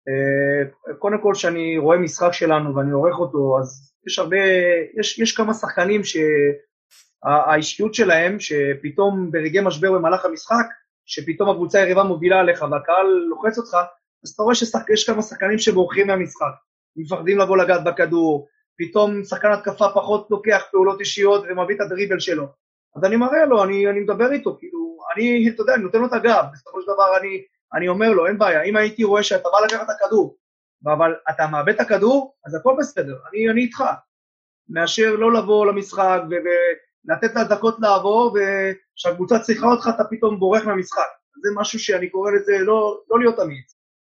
קודם כל שאני רואה משחק שלנו ואני עורך אותו, אז יש כמה שחקנים שהאישיות שלהם, שפתאום ברגעי משבר במהלך המשחק, שפתאום הקבוצה היריבה מובילה עליך והקהל לוחץ אותך, אז אתה רואה שיש כמה שחקנים שבורחים מהמשחק, מפחדים לבוא לגעת בכדור, פתאום שחקן התקפה פחות לוקח פעולות אישיות ומביא את הדריבל שלו. אז אני מראה לו, אני מדבר איתו, כאילו, אתה יודע, אני נותן לו את הגב, בסופו של דבר אני אומר לו, אין בעיה, אם הייתי רואה שאתה בא לקחת את הכדור, אבל אתה מאבד את הכדור, אז הכל בסדר, אני איתך. מאשר לא לבוא למשחק ולתת לה דקות לעבור, ושהקבוצה צריכה אותך, אתה פתאום בורח מהמשחק. זה משהו שאני קורא לזה לא להיות אמיץ.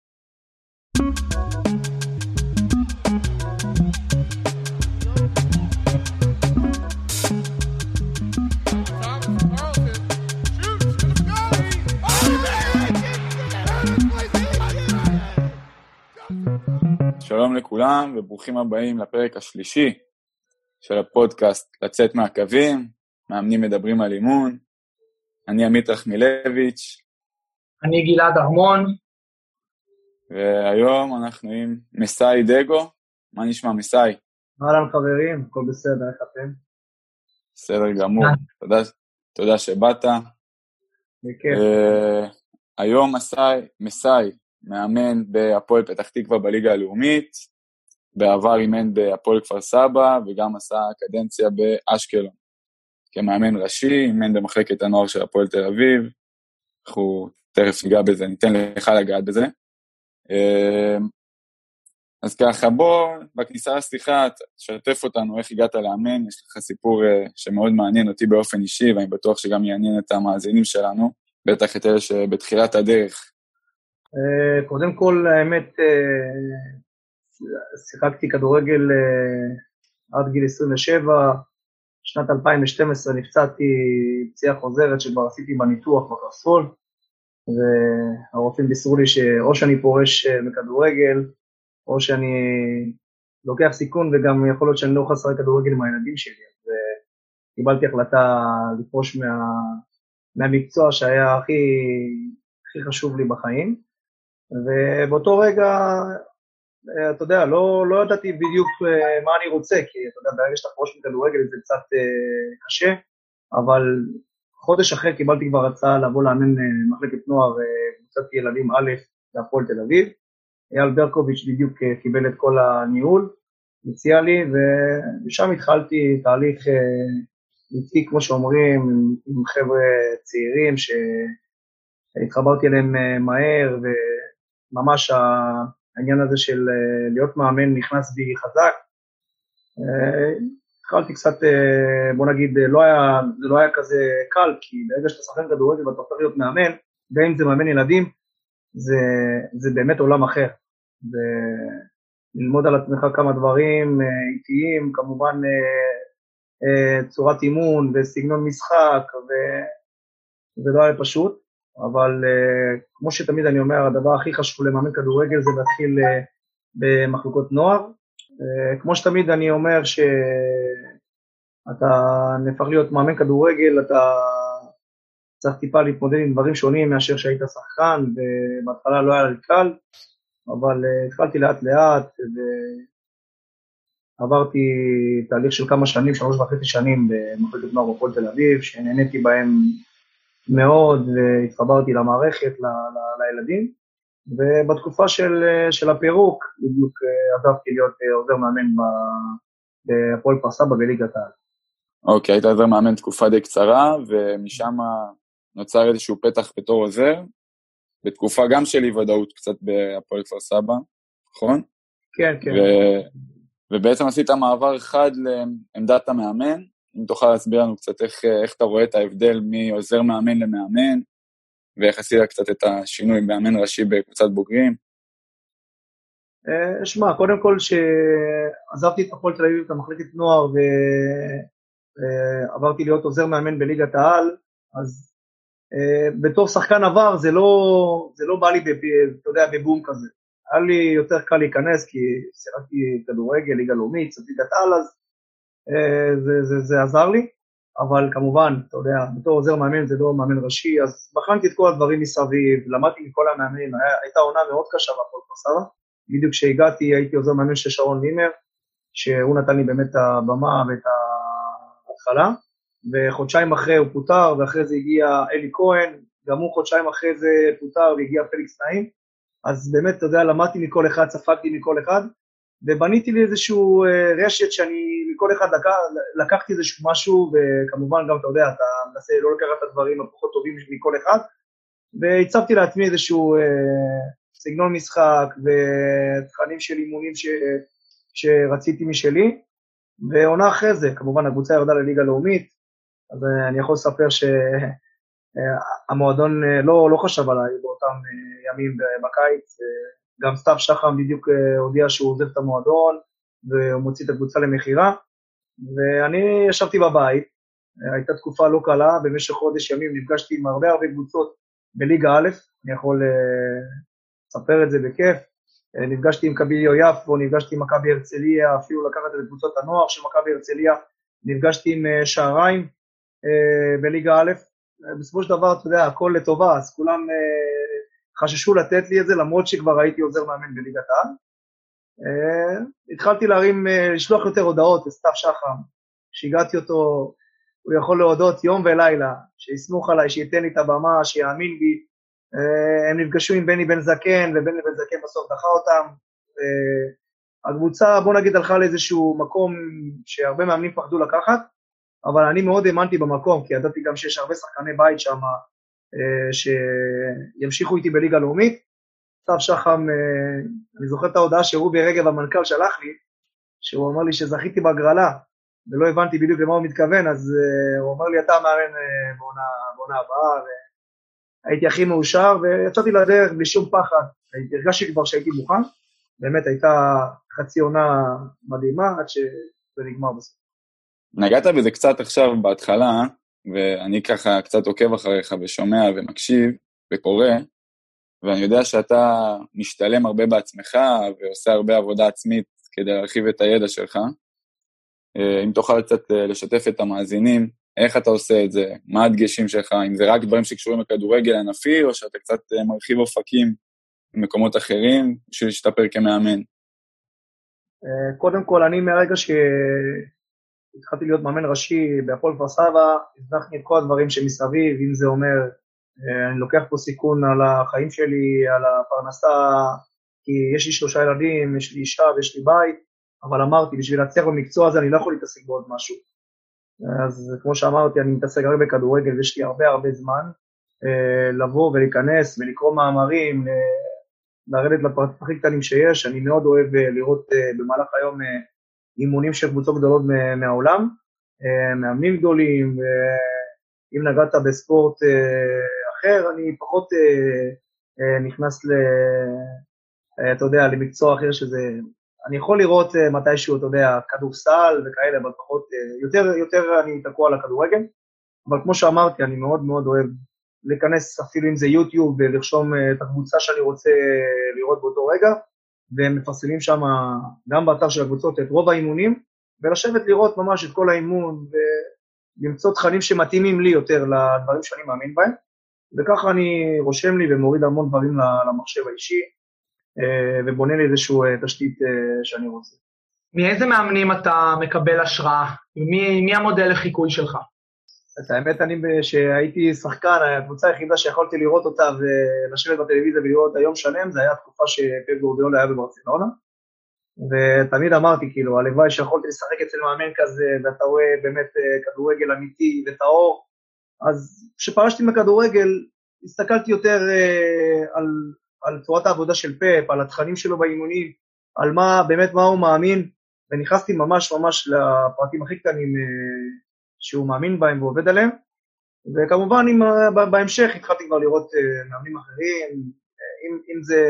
שלום לכולם וברוכים הבאים לפרק השלישי של הפודקאסט לצאת מהקווים, מאמנים מדברים על אימון. אני עמית רחמילביץ'. אני גלעד ארמון. והיום אנחנו עם מסאי דגו. מה נשמע מסאי? אהלן חברים, הכל בסדר, איך אתם? בסדר גמור, תודה שבאת. היום מסאי מאמן בהפועל פתח תקווה בליגה הלאומית, בעבר אימן בהפועל כפר סבא, וגם עשה קדנציה באשקלון. כמאמן ראשי, אימן במחלקת הנוער של הפועל תל אביב, אנחנו תכף ניגע בזה, ניתן לך לגעת בזה. אז ככה בוא, בכניסה לשיחה, תשתף אותנו איך הגעת לאמן, יש לך סיפור שמאוד מעניין אותי באופן אישי, ואני בטוח שגם יעניין את המאזינים שלנו, בטח את אלה שבתחילת הדרך. קודם כל, האמת, שיחקתי כדורגל עד גיל 27, שנת 2012 נפצעתי פציעה חוזרת שכבר עשיתי בניתוח בקרסול, והרופאים בישרו לי שאו שאני פורש מכדורגל, או שאני לוקח סיכון, וגם יכול להיות שאני לא חסר כדורגל עם הילדים שלי, אז קיבלתי החלטה לפרוש מהמקצוע שהיה הכי חשוב לי בחיים, ובאותו רגע, אתה יודע, לא ידעתי בדיוק מה אני רוצה, כי אתה יודע, ברגע שאתה פרוש מכדורגל זה קצת קשה, אבל חודש אחרי קיבלתי כבר הצעה לבוא לאמן מחלקת נוער, קבוצת ילדים א' בהפועל תל אביב, אייל ברקוביץ' בדיוק קיבל את כל הניהול, הציע לי, ושם התחלתי תהליך איתי, כמו שאומרים, עם חבר'ה צעירים שהתחברתי אליהם מהר, ממש העניין הזה של להיות מאמן נכנס בי חזק. התחלתי קצת, בוא נגיד, זה לא היה כזה קל, כי ברגע שאתה שחקן כדורגל ואתה הופך להיות מאמן, גם אם זה מאמן ילדים, זה באמת עולם אחר. וללמוד על עצמך כמה דברים איטיים, כמובן צורת אימון וסגנון משחק, וזה לא היה פשוט. אבל כמו שתמיד אני אומר, הדבר הכי חשוב למאמן כדורגל זה להתחיל במחלקות נוער. כמו שתמיד אני אומר שאתה נהפך להיות מאמן כדורגל, אתה צריך טיפה להתמודד עם דברים שונים מאשר שהיית שחקן, ובהתחלה לא היה לי קל, אבל התחלתי לאט לאט, ועברתי תהליך של כמה שנים, 3.5 שנים במחלקת נוער בפועל תל אביב, שנהניתי בהם מאוד, והתחברתי למערכת, לילדים, ובתקופה של הפירוק, בדיוק עזבתי להיות עוזר מאמן בהפועל כפר סבא בליגת העל. אוקיי, היית עוזר מאמן תקופה די קצרה, ומשם נוצר איזשהו פתח בתור עוזר, בתקופה גם של אי ודאות קצת בהפועל כפר סבא, נכון? כן, כן. ובעצם עשית מעבר אחד לעמדת המאמן, אם תוכל להסביר לנו קצת איך אתה רואה את ההבדל מעוזר מאמן למאמן, ואיך עשית קצת את השינוי מאמן ראשי בקבוצת בוגרים. שמע, קודם כל שעזבתי את הפועל תל אביב, את המחלקת נוער, ועברתי להיות עוזר מאמן בליגת העל, אז בתור שחקן עבר זה לא בא לי, אתה יודע, בבום כזה. היה לי יותר קל להיכנס, כי שיחקתי כדורגל, ליגה לאומית, ליגת העל, אז זה עזר לי, אבל כמובן, אתה יודע, בתור עוזר מאמן זה לא מאמן ראשי, אז בחנתי את כל הדברים מסביב, למדתי מכל המאמנים, הייתה עונה מאוד קשה בהפועל כפר סבא, בדיוק כשהגעתי הייתי עוזר מאמן של שרון מימר, שהוא נתן לי באמת את הבמה ואת ההתחלה, וחודשיים אחרי הוא פוטר, ואחרי זה הגיע אלי כהן, גם הוא חודשיים אחרי זה פוטר והגיע פליקס נעים, אז באמת, אתה יודע, למדתי מכל אחד, ספגתי מכל אחד, ובניתי לי איזשהו רשת שאני מכל אחד לקחתי איזשהו משהו, וכמובן גם אתה יודע, אתה מנסה לא לקחת את הדברים הפחות טובים מכל אחד, והצבתי לעצמי איזשהו סגנון משחק ותכנים של אימונים שרציתי משלי, ועונה אחרי זה, כמובן הקבוצה ירדה לליגה לאומית, אז אני יכול לספר שהמועדון לא חשב עליי באותם ימים בקיץ, גם סתיו שחם בדיוק הודיע שהוא עוזב את המועדון, והוא מוציא את הקבוצה למחירה, ואני ישבתי בבית, הייתה תקופה לא קלה, במשך חודש ימים נפגשתי עם הרבה קבוצות בליגה א', אני יכול לספר את זה בכיף, נפגשתי עם קביליו יפו, נפגשתי עם מכבי הרצליה, אפילו לקחת את קבוצות הנוער של מכבי הרצליה, נפגשתי עם שעריים בליגה א', בסופו של דבר, אתה יודע, הכל לטובה, אז כולם חששו לתת לי את זה, למרות שכבר הייתי עוזר מאמן בליגת העל. התחלתי לשלוח יותר הודעות לסתיו שחם, כשהגעתי אותו, הוא יכול להודות יום ולילה, שיסמוך עליי, שייתן לי את הבמה, שיאמין בי, הם נפגשו עם בני בן זקן, ובני בן זקן בסוף דחה אותם, הקבוצה, בוא נגיד, הלכה לאיזשהו מקום שהרבה מאמנים פחדו לקחת, אבל אני מאוד האמנתי במקום, כי ידעתי גם שיש הרבה שחקני בית שם, שימשיכו איתי בליגה לאומית. סתיו שחם, אני זוכר את ההודעה שרובי רגב המנכ"ל שלח לי, שהוא אמר לי שזכיתי בהגרלה, ולא הבנתי בדיוק למה הוא מתכוון, אז הוא אמר לי, אתה מאמן בעונה הבאה, והייתי הכי מאושר, ויצאתי לדרך בלי שום פחד, הרגשתי כבר שהייתי מוכן, באמת הייתה חצי עונה מדהימה, עד שזה נגמר בסוף. נגעת בזה קצת עכשיו בהתחלה, ואני ככה קצת עוקב אחריך ושומע ומקשיב וקורא, ואני יודע שאתה משתלם הרבה בעצמך, ועושה הרבה עבודה עצמית כדי להרחיב את הידע שלך. אם תוכל קצת לשתף את המאזינים, איך אתה עושה את זה, מה הדגשים שלך, אם זה רק דברים שקשורים לכדורגל ענפי, או שאתה קצת מרחיב אופקים במקומות אחרים, בשביל להשתפר כמאמן. קודם כל, אני מהרגע שהתחלתי להיות מאמן ראשי בהפועל כפר סבא, הזנחתי את כל הדברים שמסביב, אם זה אומר, אני לוקח פה סיכון על החיים שלי, על הפרנסה, כי יש לי 3 ילדים, יש לי אישה ויש לי בית, אבל אמרתי, בשביל להצליח במקצוע הזה, אני לא יכול להתעסק בעוד משהו. אז כמו שאמרתי, אני מתעסק הרבה בכדורגל, ויש לי הרבה זמן לבוא ולהיכנס ולקרוא מאמרים, לרדת לפרטים הכי קטנים שיש. אני מאוד אוהב לראות במהלך היום אימונים של קבוצות גדולות מהעולם, מאמנים גדולים, אם נגעת בספורט אחר, אני פחות נכנס אתה יודע, למקצוע אחר שזה, אני יכול לראות מתישהו, אתה יודע, כדורסל וכאלה, אבל פחות, יותר אני תקוע על הכדורגל, אבל כמו שאמרתי, אני מאוד מאוד אוהב להיכנס אפילו אם זה יוטיוב, ולרשום את הקבוצה שאני רוצה לראות באותו רגע, והם מפרסמים שם, גם באתר של הקבוצות, את רוב האימונים, ולשבת לראות ממש את כל האימון, ולמצוא תכנים שמתאימים לי יותר לדברים שאני מאמין בהם, וככה אני רושם לי ומוריד המון דברים למחשב האישי, ובונה לי איזשהו תשתית שאני רוצה. מאיזה מאמנים אתה מקבל השראה? מי המודל לחיקוי שלך? את האמת, אני שהייתי שחקן, הקבוצה היחידה שיכולתי לראות אותה ולשבת בטלוויזיה ולראות היום שלם, זה היה תקופה שפפ גוארדיולה היה בברצלונה, ותמיד אמרתי, כאילו, הלוואי שיכולתי לשחק אצל מאמן כזה, ואתה רואה באמת כדורגל אמיתי וטהור, אז כשפרשתי מכדורגל, הסתכלתי יותר על צורת העבודה של פפ, על התכנים שלו באימונים, על מה הוא מאמין, ונכנסתי ממש לפרטים הכי קטנים שהוא מאמין בהם ועובד עליהם, וכמובן בהמשך התחלתי כבר לראות מאמנים אחרים, אם זה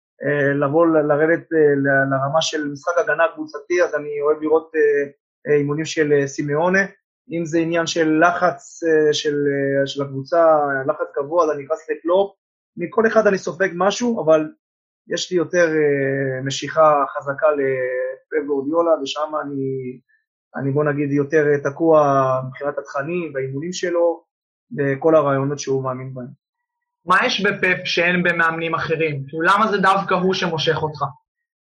לרדת לרמה של משחק הגנה קבוצתי, אז אני אוהב לראות אימונים של סימאונה, אם זה עניין של לחץ של הקבוצה, לחץ גבוה, אז אני נכנס לקלופ, מכל אחד אני סופג משהו, אבל יש לי יותר משיכה חזקה לפפ גוארדיולה, ושם אני בוא נגיד יותר תקוע מבחינת התכנים והאימונים שלו, וכל הרעיונות שהוא מאמין בהם. מה יש בפפ שאין במאמנים אחרים? למה זה דווקא הוא שמושך אותך?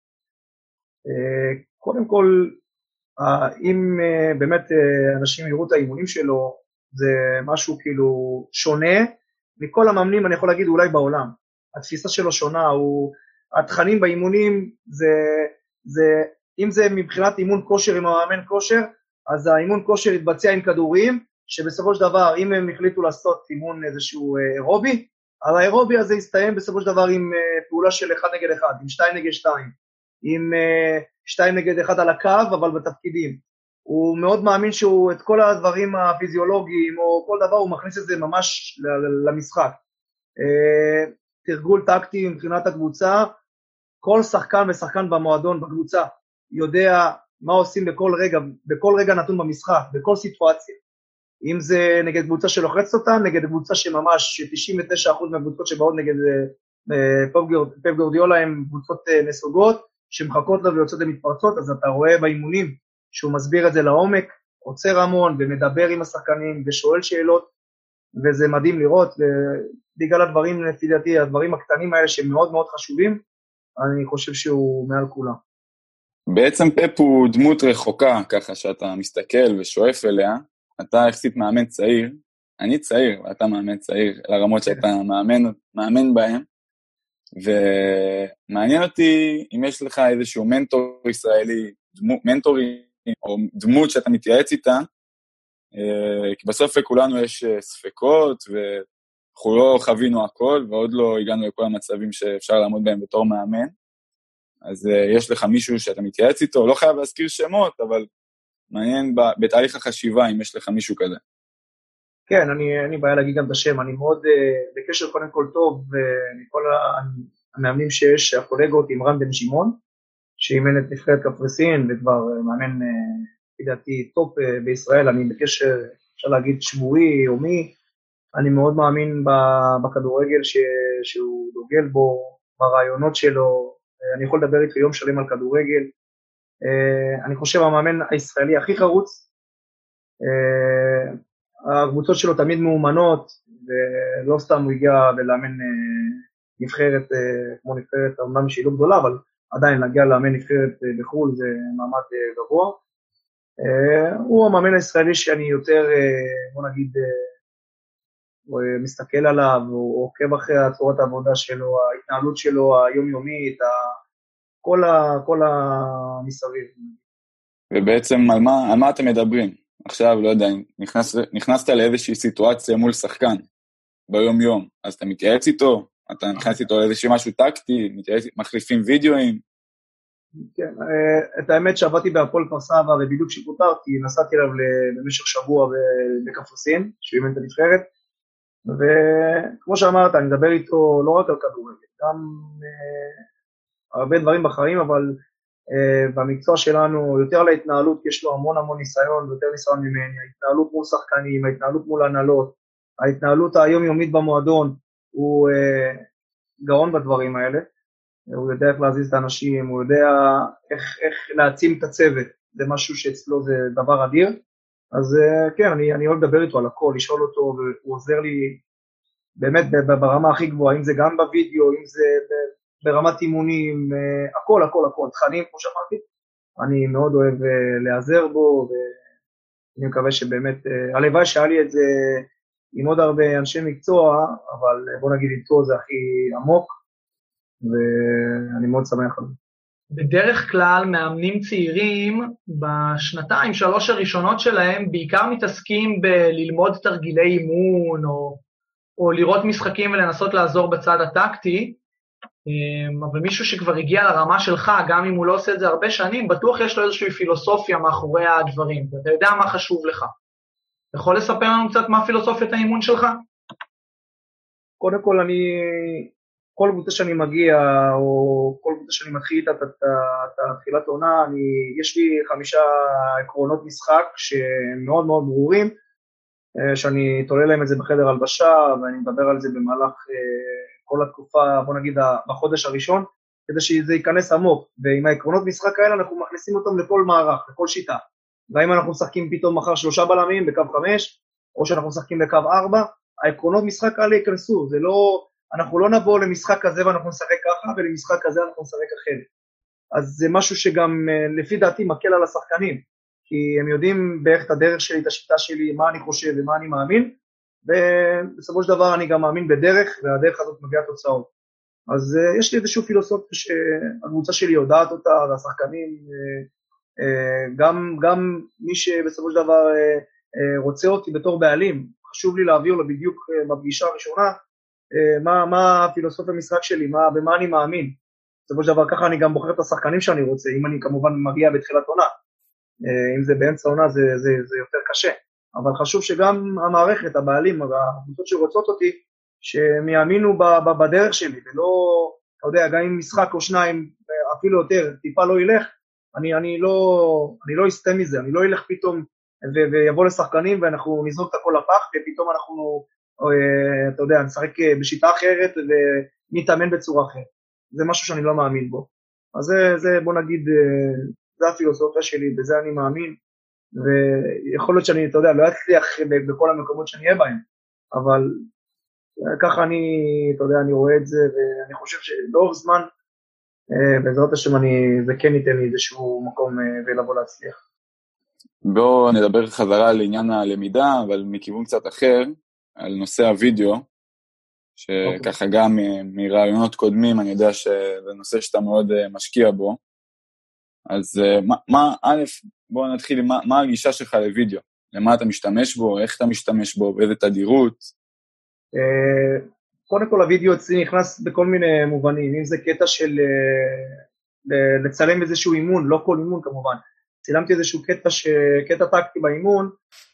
קודם כל, אם באמת אנשים יראו את האימונים שלו, זה משהו כאילו שונה, מכל המאמנים אני יכול להגיד אולי בעולם. התפיסה שלו שונה, התכנים באימונים, אם זה מבחינת אימון כושר עם המאמן כושר, אז האימון כושר יתבצע עם כדורים, שבסופו של דבר, אם הם החליטו לעשות אימון איזשהו אירובי, אז האירובי הזה יסתיים בסופו של דבר עם פעולה של 1 נגד 1, עם 2 נגד 2, עם 2 נגד 1 על הקו, אבל בתפקידים. הוא מאוד מאמין שהוא את כל הדברים הפיזיולוגיים, או כל דבר, הוא מכניס את זה ממש למשחק. תרגול טקטי מבחינת הקבוצה, כל שחקן ושחקן במועדון, בקבוצה, יודע מה עושים בכל רגע נתון במשחק, בכל סיטואציה. אם זה נגד קבוצה שלוחצת אותה, נגד קבוצה שממש 99% מהקבוצות שבאות נגד פפ גוארדיולה הן קבוצות נסוגות, שמחכות לה ויוצאות למתפרצות, אז אתה רואה באימונים שהוא מסביר את זה לעומק, עוצר המון ומדבר עם השחקנים ושואל שאלות, וזה מדהים לראות, ובגלל הדברים, לפי דעתי, הדברים הקטנים האלה שהם מאוד מאוד חשובים, אני חושב שהוא מעל כולם. בעצם פפ הוא דמות רחוקה, ככה שאתה מסתכל ושואף אליה, אתה יחסית מאמן צעיר, אני צעיר, ואתה מאמן צעיר, לרמות שאתה מאמן בהם, ומעניין אותי אם יש לך איזשהו מנטור ישראלי, מנטורי, או דמות שאתה מתייעץ איתה, כי בסוף לכולנו יש ספקות, ואנחנו לא חווינו הכל, ועוד לא הגענו לכל המצבים שאפשר לעמוד בהם בתור מאמן, אז יש לך מישהו שאתה מתייעץ איתו, לא חייב להזכיר שמות, אבל מעניין בתהליך החשיבה אם יש לך מישהו כזה. כן, אני בעיה להגיד גם את השם, אני מאוד בקשר קודם כל טוב, מכל המאמנים שיש, הקולגות עם רן בן שמעון, שאימן את נבחרת קפריסין, וכבר מאמן, לדעתי, טופ בישראל, אני בקשר, אפשר להגיד, שבועי, יומי, אני מאוד מאמין בכדורגל שהוא דוגל בו, ברעיונות שלו, אני יכול לדבר איתו יום שלם על כדורגל, אני חושב המאמן הישראלי הכי חרוץ, הקבוצות שלו תמיד מאומנות, ולא סתם הוא הגיע ולאמן נבחרת, כמו נבחרת, אמנם שהיא לא גדולה, אבל עדיין להגיע לאמן נבחרת בחו"ל זה מעמד גבוה. הוא המאמן הישראלי שאני יותר, בוא נגיד, מסתכל עליו, הוא עוקב אחרי צורת העבודה שלו, ההתנהלות שלו היומיומית, כל המסביב. ובעצם על מה אתם מדברים? עכשיו, לא יודע, נכנסת לאיזושהי סיטואציה מול שחקן ביום יום, אז אתה מתייעץ איתו, אתה נכנס איתו לאיזשהו משהו טקטי, מחליפים וידאוים? כן, את האמת שעבדתי בהפועל כפר סבא, ובדיוק שפוטרתי, נסעתי אליו במשך שבוע בקפריסין, שהוא אימן את הנבחרת, וכמו שאמרת, אני מדבר איתו לא רק על כדורגל, גם הרבה דברים בחיים, אבל במקצוע שלנו, יותר על ההתנהלות, יש לו המון ניסיון, ויותר ניסיון ממני, ההתנהלות מול שחקנים, ההתנהלות מול הנהלות, ההתנהלות היומיומית במועדון, הוא גאון בדברים האלה, הוא יודע איך להזיז את האנשים, הוא יודע איך להעצים את הצוות, זה משהו שאצלו זה דבר אדיר, אז כן, אני אוהב לדבר איתו על הכל, לשאול אותו, והוא עוזר לי באמת ברמה הכי גבוהה, אם זה גם בווידאו, אם זה ברמת אימונים, הכל, תכנים, כמו שאמרתי, אני מאוד אוהב להיעזר בו, ואני מקווה שבאמת, הלוואי שהיה לי את זה עם עוד הרבה אנשי מקצוע, אבל בוא נגיד איתו זה הכי עמוק, ואני מאוד שמח על זה. בדרך כלל מאמנים צעירים, בשנתיים, 3 הראשונות שלהם, בעיקר מתעסקים בללמוד תרגילי אימון, או לראות משחקים ולנסות לעזור בצד הטקטי, אבל מישהו שכבר הגיע לרמה שלך, גם אם הוא לא עושה את זה הרבה שנים, בטוח יש לו איזושהי פילוסופיה מאחורי הדברים, ואתה יודע מה חשוב לך. אתה יכול לספר לנו קצת מה פילוסופיית האימון שלך? קודם כל, כל קבוצה שאני מגיע, או כל קבוצה שאני מתחיל איתה את התחילת עונה, יש לי 5 עקרונות משחק שהם מאוד מאוד ברורים, שאני תולה להם את זה בחדר הלבשה, ואני מדבר על זה במהלך כל התקופה, בוא נגיד, בחודש הראשון, כדי שזה ייכנס עמוק, ועם העקרונות משחק האלה אנחנו מכניסים אותם לכל מערך, לכל שיטה. והאם אנחנו משחקים פתאום מחר 3 בלמים בקו 5, או שאנחנו משחקים בקו 4, העקרונות משחק האלה ייכנסו, זה לא, אנחנו לא נבוא למשחק כזה ואנחנו נשחק ככה, ולמשחק כזה אנחנו נשחק אחרת. אז זה משהו שגם לפי דעתי מקל על השחקנים, כי הם יודעים בערך את הדרך שלי, את השיטה שלי, מה אני חושב ומה אני מאמין, ובסופו של דבר אני גם מאמין בדרך, והדרך הזאת מביאה תוצאות. אז יש לי איזשהו פילוסופיה שהקבוצה שלי יודעת אותה, והשחקנים, גם מי שבסופו של דבר רוצה אותי בתור בעלים, חשוב לי להעביר לו בדיוק בפגישה הראשונה, מה הפילוסופיה המשחק שלי, במה אני מאמין. בסופו של דבר ככה אני גם בוחר את השחקנים שאני רוצה, אם אני כמובן מגיע בתחילת עונה. אם זה באמצע עונה זה יותר קשה. אבל חשוב שגם המערכת, הבעלים, הקבוצות שרוצות אותי, שהם יאמינו בדרך שלי, ולא, אתה יודע, גם אם משחק או שניים, אפילו יותר, טיפה לא ילך, אני לא אסתה מזה, אני לא אלך פתאום ויבוא לשחקנים ואנחנו נזרוק את הכל לפח, ופתאום אנחנו, אתה יודע, נשחק בשיטה אחרת ונתאמן בצורה אחרת. זה משהו שאני לא מאמין בו. אז זה בוא נגיד, זה הפילוסופיה שלי, בזה אני מאמין, ויכול להיות שאני, אתה יודע, לא אצליח בכל המקומות שאני אהיה בהם, אבל ככה אתה יודע, אני רואה את זה, ואני חושב שלאורך זמן, בעזרת השם זה כן ייתן לי איזשהו מקום ולבוא להצליח. בואו נדבר חזרה על עניין הלמידה, אבל מכיוון קצת אחר, על נושא הוידאו, שככה גם מרעיונות קודמים, אני יודע שזה נושא שאתה מאוד משקיע בו. אז בואו נתחיל עם מה הגישה שלך לוידאו, למה אתה משתמש בו, איך אתה משתמש בו, באיזה תדירות? קודם כל הוידאו אצלי נכנס בכל מיני מובנים, אם זה קטע של לצלם איזשהו אימון, לא כל אימון כמובן, צילמתי איזשהו קטע טקטי באימון,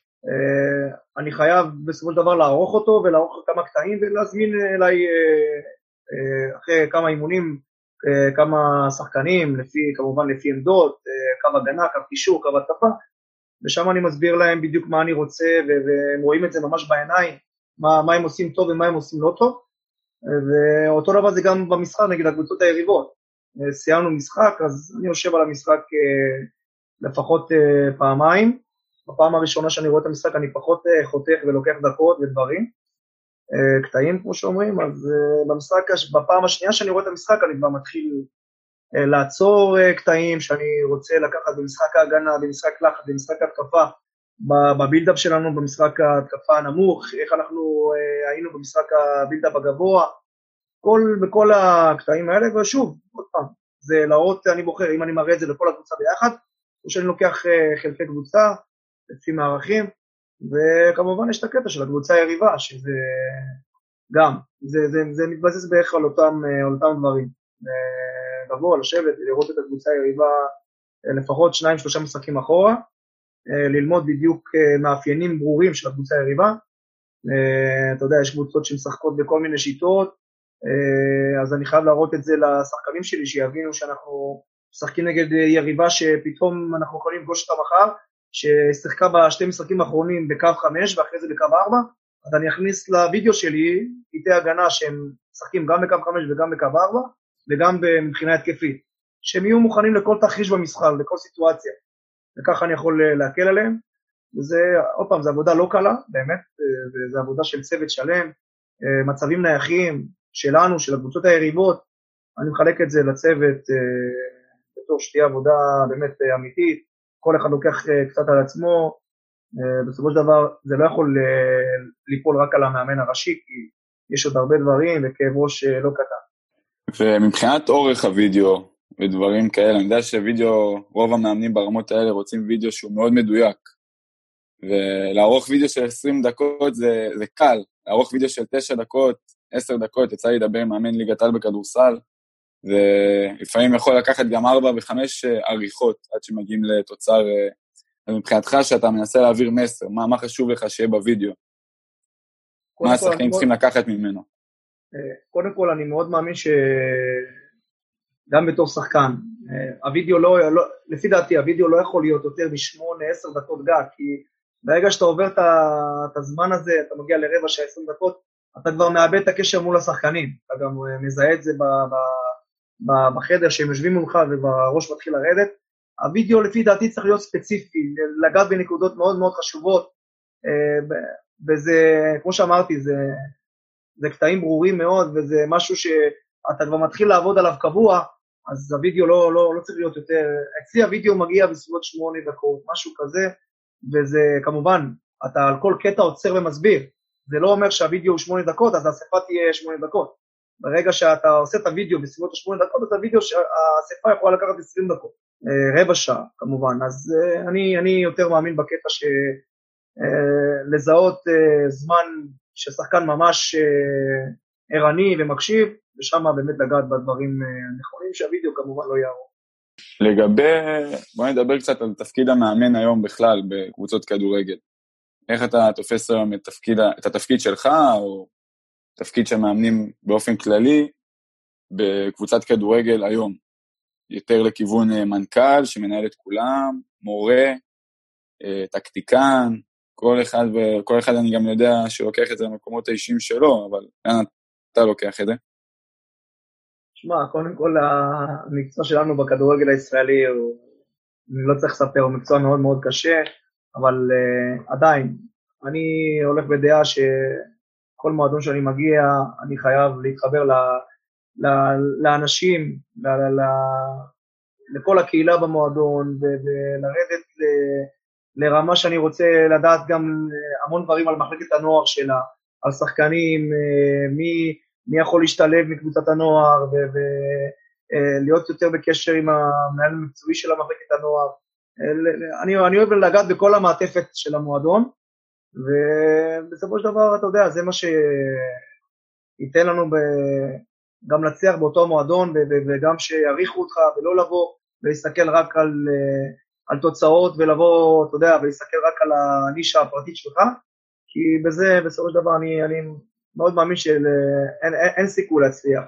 אני חייב בסופו של דבר לערוך אותו ולערוך כמה קטעים ולהזמין אליי אחרי כמה אימונים, כמה שחקנים, כמובן לפי עמדות, קו הגנה, קו קישור, קו התקפה, ושם אני מסביר להם בדיוק מה אני רוצה, והם רואים את זה ממש בעיניים, מה הם עושים טוב ומה הם עושים לא טוב, ואותו דבר זה גם במשחק, נגיד הקבוצות היריבות, סיימנו משחק, אז אני יושב על המשחק לפחות פעמיים, בפעם הראשונה שאני רואה את המשחק אני פחות חותך ולוקח דקות ודברים, קטעים כמו שאומרים, אז בפעם השנייה שאני רואה את המשחק אני כבר מתחיל לעצור קטעים שאני רוצה לקחת במשחק ההגנה, במשחק לחץ, במשחק התקפה, בבילדאפ שלנו, במשחק התקפה הנמוך, איך אנחנו היינו במשחק הבילדאפ הגבוה, בכל הקטעים האלה, ושוב, עוד פעם, זה להראות, אני בוחר, אם אני מראה את זה לכל הקבוצה ביחד, או שאני לוקח חלקי קבוצה, לפי מערכים, וכמובן יש את הקטע של הקבוצה היריבה, שזה גם, זה מתבסס בערך על אותם דברים, לבוא, לשבת, לראות את הקבוצה היריבה לפחות 2-3 משחקים אחורה, ללמוד בדיוק מאפיינים ברורים של הקבוצה היריבה, אתה יודע, יש קבוצות שמשחקות בכל מיני שיטות, אז אני חייב להראות את זה לשחקנים שלי, שיבינו שאנחנו משחקים נגד יריבה שפתאום אנחנו יכולים לפגוש אותה מחר, ששיחקה בשתי משחקים האחרונים בקו 5 ואחרי זה בקו 4, אז אני אכניס לוידאו שלי איתי הגנה שהם משחקים גם בקו 5 וגם בקו 4, וגם מבחינה התקפית, שהם יהיו מוכנים לכל תרחיש במשחק, לכל סיטואציה, וככה אני יכול להקל עליהם, וזה, עוד פעם, זו עבודה לא קלה, באמת, זו עבודה של צוות שלם, מצבים נייחים שלנו, של הקבוצות היריבות, אני מחלק את זה לצוות בתור שתהיה עבודה באמת אמיתית, כל אחד לוקח קצת על עצמו, בסופו של דבר זה לא יכול ליפול רק על המאמן הראשי, כי יש עוד הרבה דברים וכאב ראש לא קטן. ומבחינת אורך הוידאו ודברים כאלה, אני יודע שווידאו, רוב המאמנים ברמות האלה רוצים וידאו שהוא מאוד מדויק, ולערוך וידאו של 20 דקות זה קל, לערוך וידאו של 9 דקות, 10 דקות, יצא לי לדבר עם מאמן ליגת העל בכדורסל, ולפעמים יכול לקחת גם 4 ו5 עריכות עד שמגיעים לתוצר, מבחינתך שאתה מנסה להעביר מסר, מה חשוב לך שיהיה בווידאו? מה השחקנים צריכים לקחת ממנו? קודם כל אני מאוד מאמין שגם בתור שחקן, הווידאו לפי דעתי הווידאו לא יכול להיות יותר מ8-10 דקות גג, כי ברגע שאתה עובר את הזמן הזה, אתה מגיע לרבע שעה 20 דקות, אתה כבר מאבד את הקשר מול השחקנים, אתה גם מזהה את זה בחדר שהם יושבים מולך והראש מתחיל לרדת, הווידאו לפי דעתי צריך להיות ספציפי, לגעת בנקודות מאוד מאוד חשובות, וזה, כמו שאמרתי, זה קטעים ברורים מאוד, וזה משהו שאתה כבר מתחיל לעבוד עליו קבוע, אז הווידאו לא צריך להיות יותר, אצלי הווידאו מגיע בסביבות 8 דקות, משהו כזה, וזה כמובן, אתה על כל קטע עוצר ומסביר, זה לא אומר שהווידאו הוא 8 דקות, אז האספה תהיה 8 דקות. ברגע שאתה עושה את הווידאו בסביבות 8 דקות, אז הווידאו, האספה יכולה לקחת 20 דקות, רבע שעה כמובן, אז אני יותר מאמין בקטע לזהות זמן ששחקן ממש ערני ומקשיב, ושם באמת לגעת בדברים הנכונים, שהווידאו כמובן לא יערוך. בוא נדבר קצת על תפקיד המאמן היום בכלל בקבוצות כדורגל. איך אתה תופס היום את התפקיד שלך, או תפקיד שמאמנים באופן כללי בקבוצת כדורגל היום? יותר לכיוון מנכ"ל שמנהל את כולם, מורה, טקטיקן, כל אחד אני גם יודע שלוקח את זה למקומות האישיים שלו, אבל אתה לוקח את זה? תשמע, קודם כל המקצוע שלנו בכדורגל הישראלי, אני לא צריך לספר, הוא מקצוע מאוד מאוד קשה, אבל עדיין, אני הולך בדעה שכל מועדון שאני מגיע, אני חייב להתחבר לאנשים, לכל הקהילה במועדון, ולרדת לרמה שאני רוצה לדעת גם המון דברים על מחלקת הנוער שלה, על שחקנים, מי יכול להשתלב מקבוצת הנוער, ולהיות יותר בקשר עם המנהל המקצועי של מחלקת הנוער. אני אוהב לגעת בכל המעטפת של המועדון, ובסופו של דבר, אתה יודע, זה מה שייתן לנו גם להצליח באותו מועדון, וגם שיעריכו אותך, ולא לבוא ולהסתכל רק על תוצאות, ולבוא, אתה יודע, ולהסתכל רק על הנישה הפרטית שלך, כי בזה, בסופו של דבר, אני מאוד מאמין שאין סיכוי להצליח.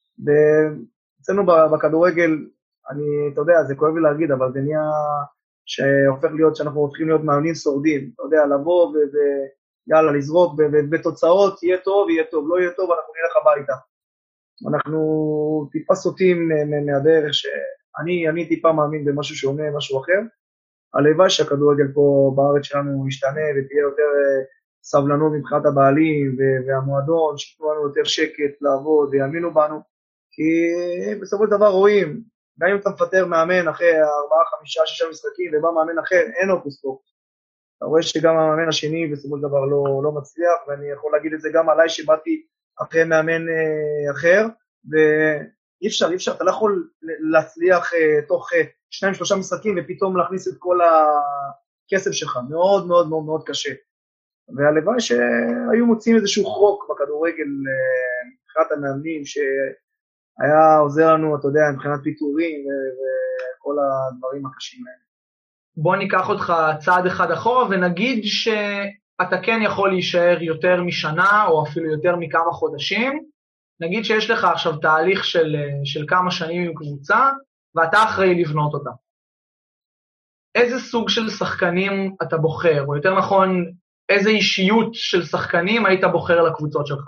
ואצלנו בכדורגל, אתה יודע, זה כואב לי להגיד, אבל זה נהיה שהופך להיות, שאנחנו הופכים להיות מאמנים שורדים, אתה יודע, לבוא ויאללה, לזרוק, ובתוצאות יהיה טוב, לא יהיה טוב, אנחנו נלך הביתה. אנחנו טיפה סוטים מהדרך שאני טיפה מאמין במשהו שעונה, משהו אחר. הלוואי שהכדורגל פה בארץ שלנו ישתנה ותהיה יותר סבלנות מבחינת הבעלים והמועדון, שיתנו לנו יותר שקט לעבוד ויאמינו בנו, כי בסופו של דבר רואים, גם אם אתה מפטר מאמן אחרי 4, 5, 6 משחקים ובא מאמן אחר, אין אופוסטוק. אתה רואה שגם המאמן השני בסופו של דבר לא מצליח, ואני יכול להגיד את זה גם עליי שבאתי אחרי מאמן אחר, ואי אפשר, אתה לא יכול להצליח תוך 2-3 משחקים ופתאום להכניס את כל הכסף שלך, מאוד מאוד מאוד מאוד קשה. והלוואי שהיו מוצאים איזשהו חוק בכדורגל מבחינת המאמנים שהיה עוזר לנו, אתה יודע, מבחינת פיטורים וכל הדברים הקשים האלה. בוא ניקח אותך צעד אחד אחורה ונגיד שאתה כן יכול להישאר יותר משנה או אפילו יותר מכמה חודשים, נגיד שיש לך עכשיו תהליך של כמה שנים עם קבוצה ואתה אחראי לבנות אותה. איזה סוג של שחקנים אתה בוחר, או יותר נכון, איזה אישיות של שחקנים היית בוחר לקבוצות שלך?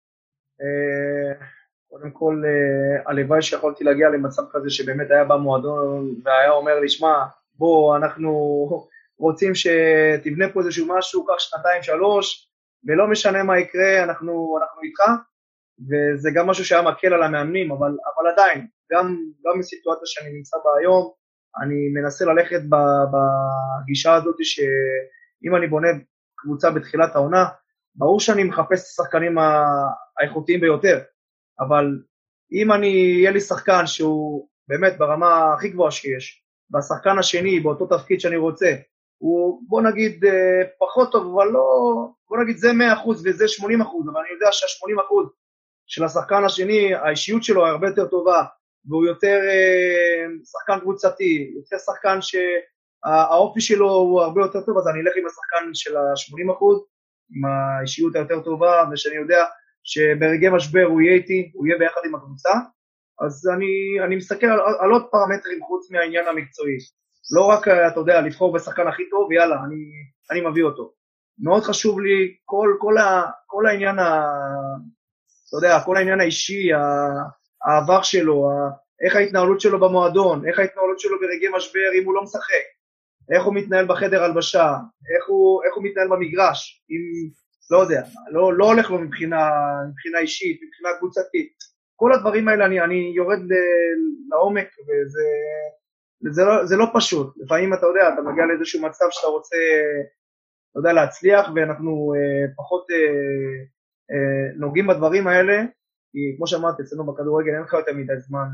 קודם כל, הלוואי שיכולתי להגיע למצב כזה שבאמת היה במועדון והיה אומר לי, שמע, בוא, אנחנו רוצים שתבנה פה איזשהו משהו, כך 2-3, ולא משנה מה יקרה, אנחנו איתך, וזה גם משהו שהיה מקל על המאמנים, אבל עדיין, גם בסיטואציה שאני נמצא בה היום, אני מנסה ללכת בגישה הזאת שאם אני בונה קבוצה בתחילת העונה, ברור שאני מחפש את השחקנים האיכותיים ביותר, אבל אם יהיה לי שחקן שהוא באמת ברמה הכי גבוהה שיש, והשחקן השני באותו תפקיד שאני רוצה, הוא בוא נגיד פחות טוב, אבל לא, בוא נגיד זה 100% וזה 80%, אבל אני יודע שה80% של השחקן השני, האישיות שלו הרבה יותר טובה, והוא יותר שחקן קבוצתי, יותר שחקן שהאופי שלו הוא הרבה יותר טוב, אז אני אלך עם השחקן של ה80%, עם האישיות היותר טובה, ושאני יודע שברגעי משבר הוא יהיה איתי, הוא יהיה ביחד עם הקבוצה, אז אני מסתכל על עוד פרמטרים חוץ מהעניין המקצועי. לא רק, אתה יודע, לבחור בשחקן הכי טוב, ויאללה, אני מביא אותו. מאוד חשוב לי כל העניין, אתה יודע, כל העניין האישי, העבר שלו, איך ההתנהלות שלו במועדון, איך ההתנהלות שלו ברגעי משבר אם הוא לא משחק, איך הוא מתנהל בחדר הלבשה, איך הוא מתנהל במגרש, אם, לא יודע, לא הולך לו מבחינה אישית, מבחינה קבוצתית. כל הדברים האלה אני יורד לעומק, וזה לא פשוט. לפעמים אתה יודע, אתה מגיע לאיזשהו מצב שאתה רוצה, אתה יודע, להצליח, ואנחנו פחות נוגעים בדברים האלה, כי כמו שאמרתי, אצלנו בכדורגל אין לך יותר מדי זמן,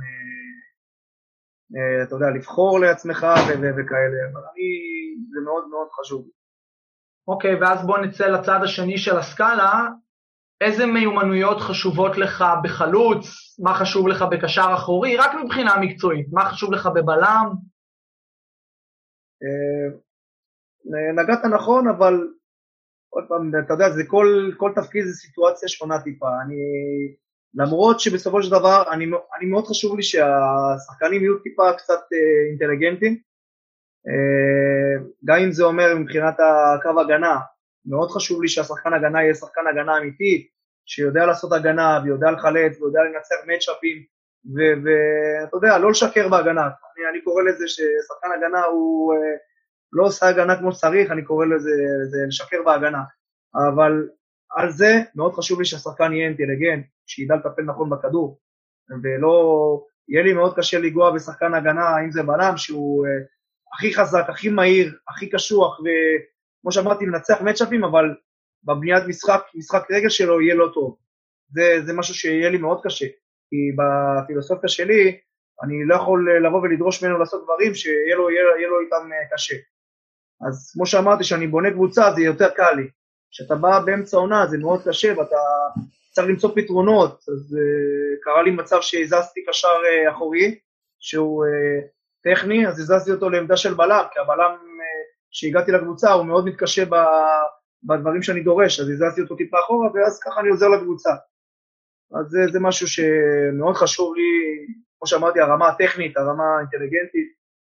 אתה יודע, לבחור לעצמך וכאלה, אבל זה מאוד מאוד חשוב. אוקיי, ואז בוא נצא לצד השני של הסקאלה. איזה מיומנויות חשובות לך בחלוץ? מה חשוב לך בקשר אחורי? רק מבחינה מקצועית. מה חשוב לך בבלם? נגעת נכון, אבל עוד פעם, אתה יודע, כל תפקיד זה סיטואציה שונה טיפה. למרות שבסופו של דבר, אני מאוד חשוב לי שהשחקנים יהיו טיפה קצת אינטליגנטים, גם אם זה אומר מבחינת הקו הגנה, מאוד חשוב לי שהשחקן הגנה יהיה שחקן הגנה אמיתי, שיודע לעשות הגנה, ויודע לחלץ, ויודע לנצח מצ'אפים, ואתה יודע, לא לשקר בהגנה. אני קורא לזה ששחקן הגנה הוא לא עושה הגנה כמו שצריך, אני קורא לזה לשקר בהגנה. אבל על זה מאוד חשוב לי שהשחקן יהיה אינטליגנט, שידע לטפל נכון בכדור, ולא, יהיה לי מאוד קשה לגוע בשחקן הגנה, אם זה בלם שהוא הכי חזק, הכי מהיר, הכי קשוח, וכמו שאמרתי, לנצח מצ'אפים, אבל בבניית משחק רגל שלו יהיה לא טוב. זה משהו שיהיה לי מאוד קשה, כי בפילוסופיה שלי, אני לא יכול לבוא ולדרוש ממנו לעשות דברים שיהיה לו איתם קשה. אז כמו שאמרתי, שאני בונה קבוצה, זה יותר קל לי. כשאתה בא באמצע עונה, זה מאוד קשה, ואתה צריך למצוא פתרונות. אז קרה לי מצב שהזזתי קשר אחורי, שהוא טכני, אז הזזתי אותו לעמדה של בלם, כי הבלם שהגעתי לקבוצה, הוא מאוד מתקשה בדברים שאני דורש, אז הזזתי אותו טיפה אחורה, ואז ככה אני עוזר לקבוצה. אז זה משהו שמאוד חשוב לי, כמו שאמרתי, הרמה הטכנית, הרמה האינטליגנטית,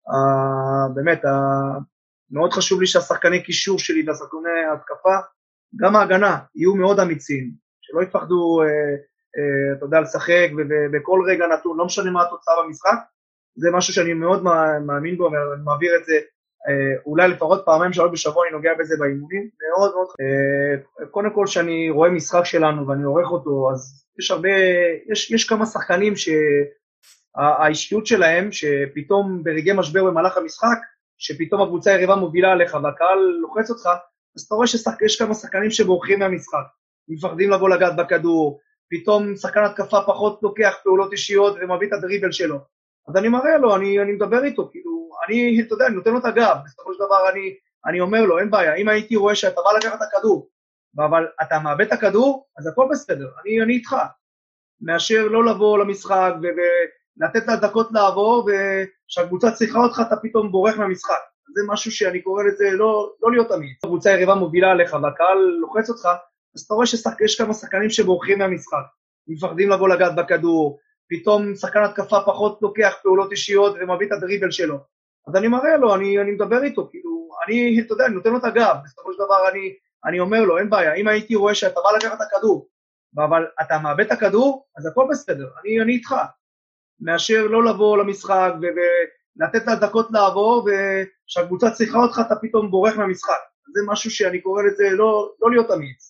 באמת, מאוד חשוב לי שהשחקני קישור שלי והשחקני ההתקפה, גם ההגנה, יהיו מאוד אמיצים, שלא יפחדו, אתה יודע, לשחק, ובכל רגע נתון, לא משנה מה התוצאה במשחק, זה משהו שאני מאוד מאמין בו, ואני מעביר את זה, אולי לפחות פעמיים שלוש בשבוע, אני נוגע בזה באימונים, מאוד מאוד, קודם כל שאני רואה משחק שלנו, ואני עורך אותו, אז יש כמה שחקנים שהאישיות שלהם, שפתאום ברגעי משבר במהלך המשחק, שפתאום הקבוצה היריבה מובילה עליך, והקהל לוחץ אותך, אז אתה רואה שיש כמה שחקנים שבורחים מהמשחק, מפחדים לבוא לגעת בכדור, פתאום שחקן התקפה פחות לוקח פעולות אישיות, ומביא את הדריבל שלו. אז אני מראה לו, אני מדבר איתו, כאילו, אתה יודע, אני נותן לו את הגב, בסופו של דבר אני אומר לו, אין בעיה, אם הייתי רואה שאתה בא לקחת את הכדור, אבל אתה מאבד את הכדור, אז הכל בסדר, אני איתך, מאשר לא לבוא למשחק, ולתת לה דקות לעבור, ושהקבוצה צריכה אותך, אתה פתאום בורח מהמשחק. זה משהו שאני קורא לזה לא להיות אמיץ. הקבוצה היריבה מובילה עליך, והקהל לוחץ אותך, אז אתה רואה שיש כמה שחקנים שבורחים מהמשחק, מפחדים לבוא לגעת בכדור, פתאום שחקן התקפה פחות לוקח פעולות אישיות, ומביא את הדריבל שלו. אז אני מראה לו, אני מדבר איתו, כאילו, אתה יודע, אני נותן לו את הגב, בסופו של דבר אני אומר לו, אין בעיה, אם הייתי רואה שאתה בא לקחת את הכדור, אבל אתה מאבד את הכדור, אז הכל בסדר, אני איתך, מאשר לא לבוא למשחק, ולתת לה דקות לעבור, ושהקבוצה צריכה אותך, אתה פתאום בורח מהמשחק. זה משהו שאני קורא לזה לא להיות אמיץ.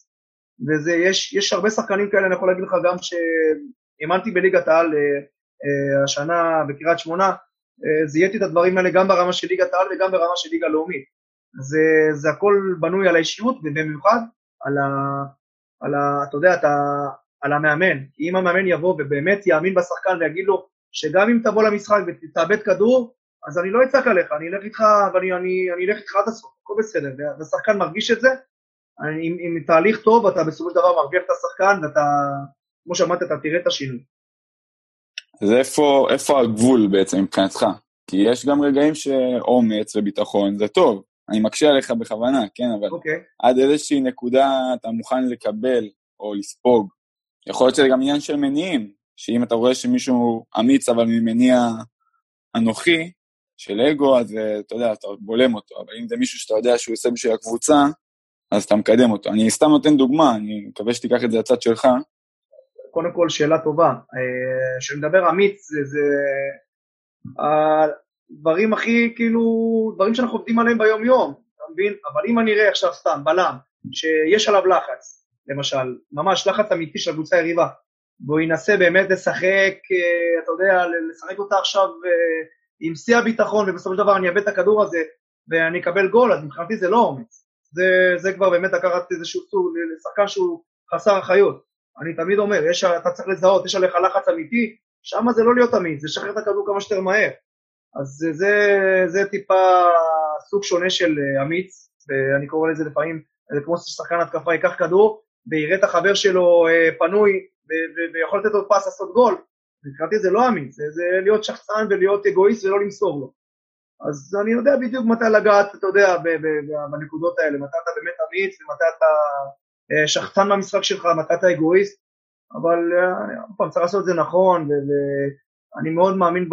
יש הרבה שחקנים כאלה, אני יכול להגיד לך גם שאימנתי בליגת העל השנה בקריית שמונה, זיהיתי את הדברים האלה גם ברמה של ליגת העל וגם ברמה של ליגה לאומית. זה הכל בנוי על האישיות, ובמיוחד אתה יודע, על המאמן. כי אם המאמן יבוא ובאמת יאמין בשחקן ויגיד לו שגם אם תבוא למשחק ותאבד כדור, אז אני לא אצעק עליך, אני אלך איתך ואני אלך איתך עד הסוף, הכל בסדר. והשחקן מרגיש את זה, עם תהליך טוב, אתה בסופו של דבר מרוויח את השחקן, ואתה, כמו שאמרת, אתה תראה את השינוי. אז איפה הגבול בעצם מבחינתך? כי יש גם רגעים שאומץ וביטחון זה טוב, אני מקשה עליך בכוונה, כן, אבל עד איזושהי נקודה אתה מוכן לקבל או לספוג. יכול להיות שזה גם עניין של מניעים, שאם אתה רואה שמישהו אמיץ אבל ממניע אנוכי, של אגו, אז אתה יודע, אתה בולם אותו, אבל אם זה מישהו שאתה יודע שהוא עושה בשביל הקבוצה, אז אתה מקדם אותו. אני סתם נותן דוגמה, אני מקווה שתיקח את זה לצד שלך. קודם כל, שאלה טובה. כשנדבר אמיץ, זה הדברים הכי, כאילו, דברים שאנחנו עובדים עליהם ביום יום, אתה מבין? אבל אם אני אראה עכשיו סתם, בלם, שיש עליו לחץ, למשל, ממש לחץ אמיתי של קבוצה יריבה, והוא ינסה באמת לשחק, אתה יודע, לשחק אותה עכשיו עם שיא הביטחון, ובסופו של דבר אני אאבד את הכדור הזה, ואני אקבל גול, אז מבחינתי זה לא אומץ. זה כבר באמת לקחת איזשהו סוג, לשחקן שהוא חסר אחריות. אני תמיד אומר, אתה צריך לזהות, יש עליך לחץ אמיתי, שם זה לא להיות אמיץ, זה שחרר את הכדור כמה שיותר מהר. אז זה טיפה סוג שונה של אמיץ, ואני קורא לזה לפעמים, זה כמו ששחקן התקפה ייקח כדור, ויראה את החבר שלו פנוי, ויכול לתת עוד פס לעשות גול. מבחינתי זה לא אמיץ, זה להיות שחצן ולהיות אגואיסט ולא למסור לו. אז אני יודע בדיוק מתי לגעת, אתה יודע, בנקודות האלה, מתי אתה באמת אמיץ, ומתי אתה שחצן במשחק שלך, מתי אתה אגואיסט, אבל פעם צריך לעשות את זה נכון, ואני מאוד מאמין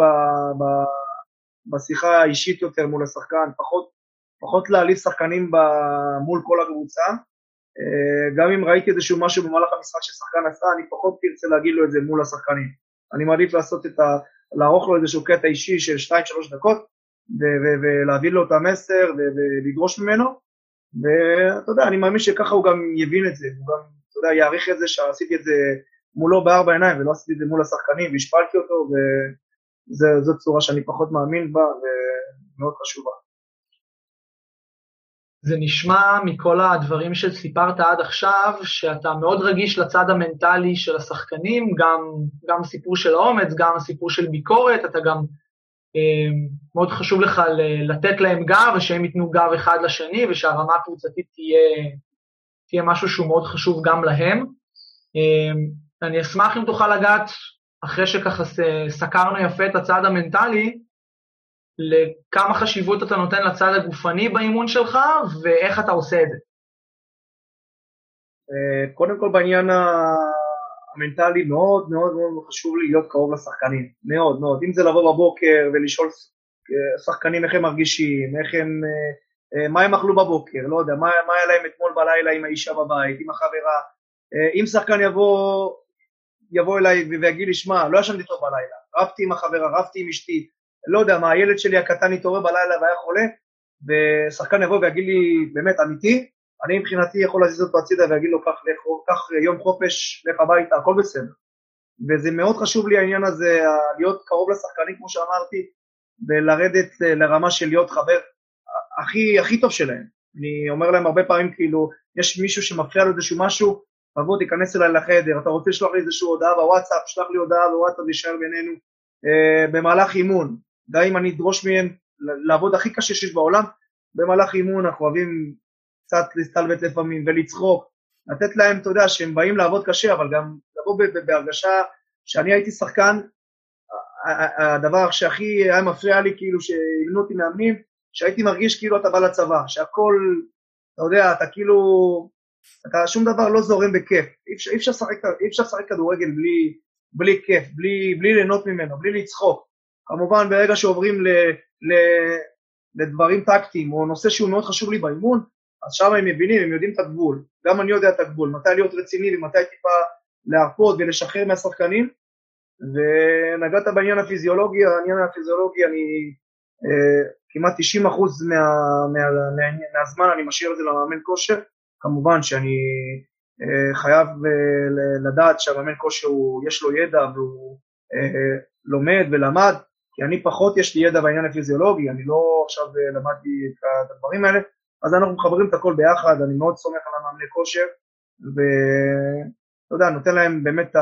בשיחה האישית יותר מול השחקן, פחות להעליב שחקנים מול כל הקבוצה, גם אם ראיתי איזשהו משהו במהלך המשחק ששחקן עשה, אני פחות תרצה להגיד לו את זה מול השחקנים. אני מעדיף לערוך לו איזשהו קטע אישי של 2-3 דקות, ולהביא לו את המסר, ולדרוש ממנו, ואתה יודע, אני מאמין שככה הוא גם יבין את זה, הוא גם, אתה יודע, יעריך את זה שעשיתי את זה מולו בארבע עיניים, ולא עשיתי את זה מול השחקנים, והשפלתי אותו, וזו צורה שאני פחות מאמין בה, ומאוד חשובה. זה נשמע מכל הדברים שסיפרת עד עכשיו, שאתה מאוד רגיש לצד המנטלי של השחקנים, גם סיפור של האומץ, גם סיפור של ביקורת, אתה גם מאוד חשוב לך לתת להם גב, ושהם ייתנו גב אחד לשני, ושהרמה הקבוצתית תהיה משהו שהוא מאוד חשוב גם להם. אני אשמח אם תוכל לגעת, אחרי שככה סקרנו יפה את הצד המנטלי, לכמה חשיבות אתה נותן לצד הגופני באימון שלך, ואיך אתה עושה את זה. קודם כל בעניין המנטלי מאוד מאוד מאוד חשוב לי להיות קרוב לשחקנים, מאוד מאוד. אם זה לבוא בבוקר ולשאול שחקנים איך הם מרגישים, מה הם אכלו בבוקר, לא יודע, מה היה להם אתמול בלילה עם האישה בבית, עם החברה. אם שחקן יבוא אליי ויגיד לי, שמע, לא ישנתי טוב בלילה, רבתי עם החברה, רבתי עם אשתי, לא יודע מה, הילד שלי הקטן התעורר בלילה והיה חולה, ושחקן יבוא ויגיד לי, באמת אמיתי, אני מבחינתי יכול להזיז אותו הצידה ויגיד לו, קח יום חופש, לך הביתה, הכל בסדר. וזה מאוד חשוב לי העניין הזה, להיות קרוב לשחקנים כמו שאמרתי, ולרדת לרמה של להיות חבר הכי טוב שלהם. אני אומר להם הרבה פעמים, כאילו, יש מישהו שמפריע לו איזשהו משהו, תבוא, תיכנס אליי לחדר, אתה רוצה לשלוח לי איזשהו הודעה בוואטסאפ, שלח לי הודעה בוואטסאפ, להישאר בינינו, במהלך אימון, גם אם אני אדרוש מהם לעבוד הכי קשה שיש בעולם, במהלך אימון אנחנו אוהבים קצת להסתלבט לפעמים ולצחוק, לתת להם, אתה יודע, שהם באים לעבוד קשה, אבל גם לבוא בהרגשה שאני הייתי שחקן, הדבר שהכי היה מפריע לי, כאילו שאימנו אותי מאמנים, שהייתי מרגיש כאילו אתה בא לצבא, שהכל, אתה יודע, אתה כאילו, אתה שום דבר לא זורם בכיף, אי אפשר לשחק כדורגל בלי כיף, בלי ליהנות ממנו, בלי לצחוק. כמובן ברגע שעוברים לדברים טקטיים, או נושא שהוא מאוד חשוב לי באימון, אז שם הם מבינים, הם יודעים את הגבול, גם אני יודע את הגבול, מתי להיות רציני ומתי טיפה להרפות ולשחרר מהשחקנים, ונגעת בעניין הפיזיולוגיה, אני כמעט 90% מהזמן אני משאיר את זה למאמן כושר, כמובן שאני חייב לדעת שהמאמן כושר יש לו ידע והוא לומד ולמד, כי אני פחות יש לי ידע בעניין הפיזיולוגי, אני לא עכשיו למדתי את הדברים האלה, אז אנחנו מחברים את הכל ביחד, אני מאוד סומך על המאמני כושר, ואתה יודע, נותן להם באמת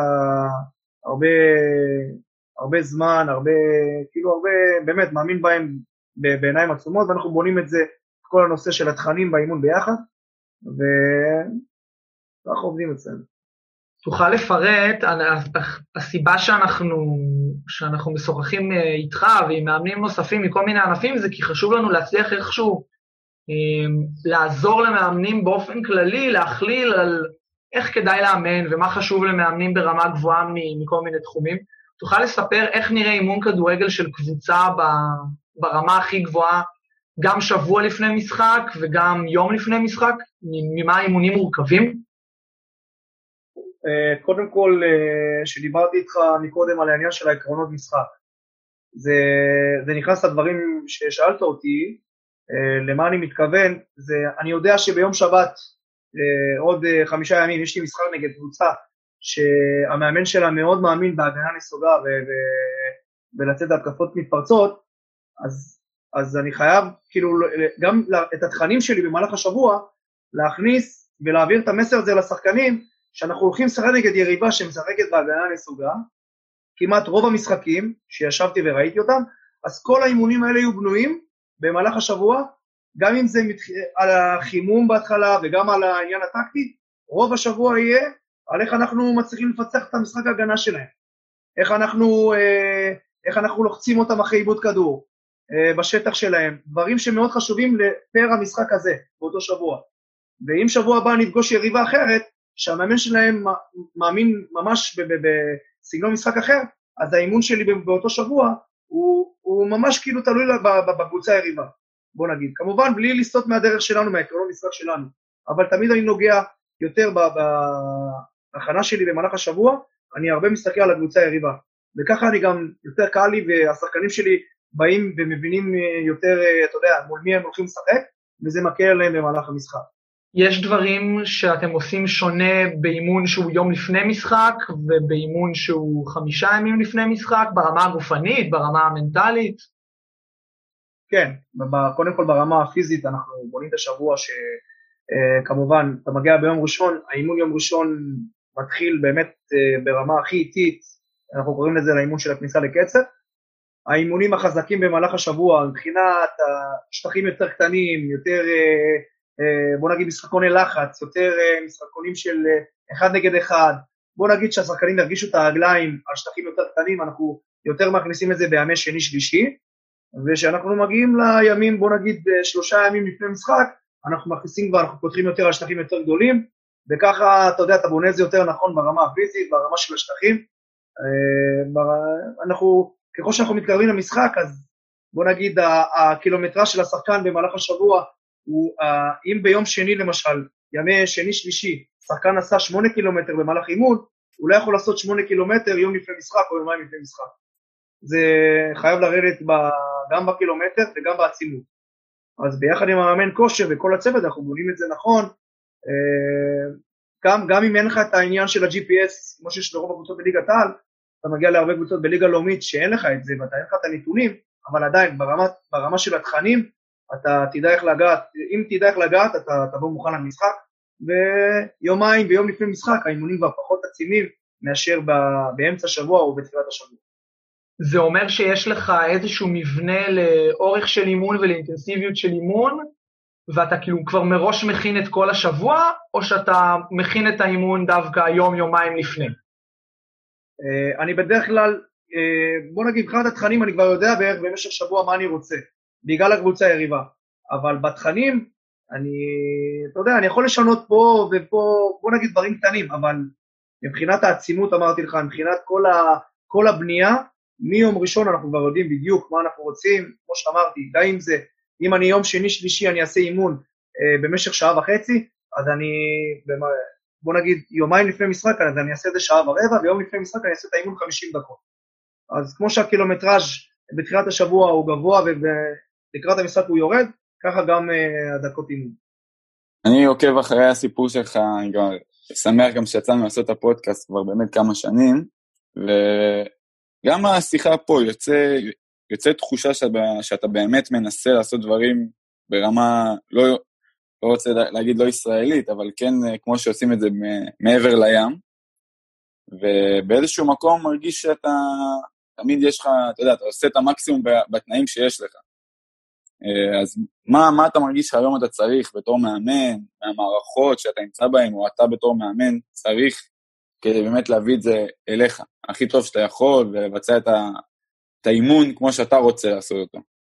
הרבה זמן, באמת מאמין בהם בעיניים עצומות, ואנחנו בונים את זה, כל הנושא של התכנים באימון ביחד, ואנחנו עובדים אצלנו. תוכל לפרט, הסיבה שאנחנו משוחחים איתך ועם מאמנים נוספים מכל מיני ענפים, זה כי חשוב לנו להצליח איכשהו לעזור למאמנים באופן כללי, להכליל על איך כדאי לאמן ומה חשוב למאמנים ברמה גבוהה מכל מיני תחומים. תוכל לספר איך נראה אימון כדורגל של קבוצה ברמה הכי גבוהה, גם שבוע לפני משחק וגם יום לפני משחק, ממה האימונים מורכבים? קודם כל, שדיברתי איתך מקודם על העניין של העקרונות משחק, זה נכנס לדברים ששאלת אותי, למה אני מתכוון, אני יודע שביום שבת, עוד 5 ימים, יש לי משחק נגד קבוצה, שהמאמן שלה מאוד מאמין בהגנה נסוגה ולצאת להתקפות מתפרצות, אז אני חייב כאילו גם את התכנים שלי במהלך השבוע להכניס ולהעביר את המסר הזה לשחקנים, שאנחנו הולכים לשחק נגד יריבה שמשחקת בהגנה נסוגה, כמעט רוב המשחקים שישבתי וראיתי אותם, אז כל האימונים האלה יהיו בנויים במהלך השבוע, גם אם זה על החימום בהתחלה וגם על העניין הטקטי, רוב השבוע יהיה על איך אנחנו מצליחים לפצח את המשחק ההגנה שלהם, איך אנחנו לוחצים אותם אחרי עיבוד כדור, בשטח שלהם, דברים שמאוד חשובים לפר המשחק הזה, באותו שבוע. ואם שבוע הבא נפגוש יריבה אחרת, שהמאמן שלהם מאמין ממש בסגנון משחק אחר, אז האימון שלי באותו שבוע, הוא ממש כאילו תלוי בקבוצה היריבה, בוא נגיד. כמובן, בלי לסטות מהדרך שלנו, מהעקרון המשחק שלנו, אבל תמיד אני נוגע יותר בהכנה שלי במהלך השבוע, אני הרבה מסתכל על הקבוצה היריבה. וככה אני גם יותר קל לי, והשחקנים שלי באים ומבינים יותר, אתה יודע, מול מי הם הולכים לשחק, וזה מקל עליהם במהלך המשחק. יש דברים שאתם עושים שונה באימון שהוא יום לפני משחק, ובאימון שהוא 5 ימים לפני משחק, ברמה הגופנית, ברמה המנטלית? כן, קודם כל ברמה הפיזית, אנחנו בונים את השבוע שכמובן, אתה מגיע ביום ראשון, האימון יום ראשון מתחיל באמת ברמה הכי איטית, אנחנו קוראים לזה לאימון של הכניסה לקצב, האימונים החזקים במהלך השבוע, מבחינת השטחים יותר קטנים, יותר, בוא נגיד משחקוני לחץ, יותר משחקונים של 1 נגד 1, בוא נגיד שהשחקנים ירגישו את הרגליים על שטחים יותר קטנים, אנחנו יותר מכניסים את זה בימי שני שלישי, ושאנחנו מגיעים לימים, בוא נגיד 3 ימים לפני משחק, אנחנו מכניסים כבר, אנחנו פותחים יותר על שטחים יותר גדולים, וככה, אתה יודע, אתה בונה את זה יותר נכון ברמה הפיזית, ברמה של השטחים, ככל שאנחנו מתקרבים למשחק, אז בוא נגיד, הקילומטרה של השחקן במהלך השבוע, הוא, אם ביום שני למשל, ימי שני שלישי, שחקן עשה 8 קילומטר במהלך אימון, הוא לא יכול לעשות 8 קילומטר יום לפני משחק או יומיים לפני משחק. זה חייב לרדת גם בקילומטר וגם בעצימות. אז ביחד עם המאמן כושר וכל הצוות, אנחנו בונים את זה נכון, גם אם אין לך את העניין של ה-GPS, כמו שיש לרוב הקבוצות בליגת העל, אתה מגיע להרבה קבוצות בליגה לאומית שאין לך את זה, ואתה אין לך את הנתונים, אבל עדיין, ברמה של התכנים, אתה תדע איך לגעת, אם תדע איך לגעת, אתה תבוא מוכן למשחק, ויומיים ויום לפני משחק, האימונים כבר פחות עצימים, מאשר באמצע השבוע או בתחילת השבוע. זה אומר שיש לך איזשהו מבנה לאורך של אימון ולאינטנסיביות של אימון, ואתה כאילו כבר מראש מכין את כל השבוע, או שאתה מכין את האימון דווקא יום-יומיים לפני? אני בדרך כלל, בוא נגיד, מבחינת התכנים אני כבר יודע בערך במשך שבוע מה אני רוצה, בגלל הקבוצה היריבה. אבל בתכנים, אתה יודע, אני יכול לשנות פה ופה, בוא נגיד דברים קטנים, אבל מבחינת העצימות אמרתי לך, מבחינת כל הבנייה, מיום ראשון אנחנו כבר יודעים בדיוק מה אנחנו רוצים, כמו שאמרתי, גם אם זה, אם אני יום שני שלישי אני אעשה אימון במשך 1.5 שעות, אז בוא נגיד יומיים לפני משחק, אז אני אעשה את זה 1.25 שעות, ויום לפני משחק אני אעשה את האימון 50 דקות. אז כמו שהקילומטראז' בתחילת השבוע הוא גבוה, ולקראת המשחק הוא יורד, ככה גם הדקות אימון. אני עוקב אחרי הסיפור שלך, אני גם שמח גם שיצאנו לעשות את הפודקאסט כבר באמת כמה שנים, וגם השיחה פה יוצא תחושה שאתה באמת מנסה לעשות דברים ברמה, לא רוצה להגיד לא ישראלית, אבל כן כמו שעושים את זה מעבר לים, ובאיזשהו מקום מרגיש שאתה, תמיד יש לך, אתה יודע, אתה עושה את המקסימום בתנאים שיש לך. אז מה אתה מרגיש שהיום אתה צריך בתור מאמן, מהמערכות שאתה נמצא בהן, או אתה בתור מאמן צריך כדי באמת להביא את זה אליך, הכי טוב שאתה יכול, ולבצע את האימון כמו שאתה רוצה לעשות אותו?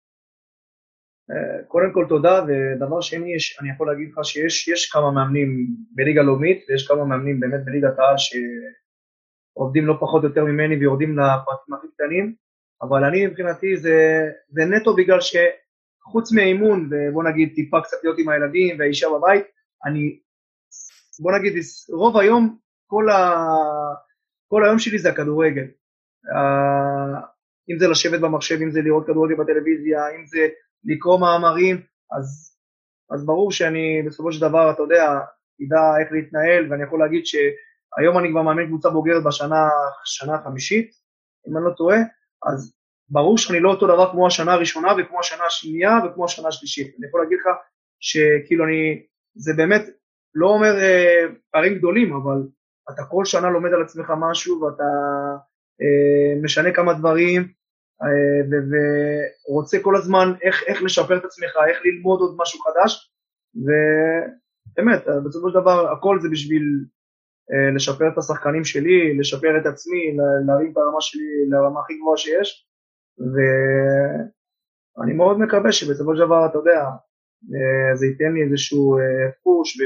קודם כל תודה, ודבר שני, אני יכול להגיד לך שיש כמה מאמנים בליגה לאומית, ויש כמה מאמנים באמת בליגת העל שעובדים לא פחות יותר ממני, ויורדים לפרטים הכי קטנים, אבל אני מבחינתי זה נטו בגלל שחוץ מהאימון, ובוא נגיד טיפה קצת להיות עם הילדים והאישה בבית, בוא נגיד רוב היום, כל היום שלי זה הכדורגל. אם זה לשבת במחשב, אם זה לראות כדורגל בטלוויזיה, אם זה לקרוא מאמרים, אז ברור שאני בסופו של דבר, אתה יודע, ידע איך להתנהל, ואני יכול להגיד היום אני כבר מאמן קבוצה בוגרת בשנה החמישית, אם אני לא טועה, אז ברור שאני לא אותו דבר כמו השנה הראשונה וכמו השנה השנייה וכמו השנה השלישית. אני יכול להגיד לך שכאילו זה באמת לא אומר פערים גדולים, אבל אתה כל שנה לומד על עצמך משהו ואתה משנה כמה דברים, ורוצה כל הזמן איך לשפר את עצמך, איך ללמוד עוד משהו חדש, ובאמת, בסופו של דבר, הכל זה בשביל לשפר את השחקנים שלי, לשפר את עצמי, להרים את הרמה שלי לרמה הכי גבוהה שיש, ואני מאוד מקווה שבסופו של דבר, אתה יודע, זה ייתן לי איזשהו פוש,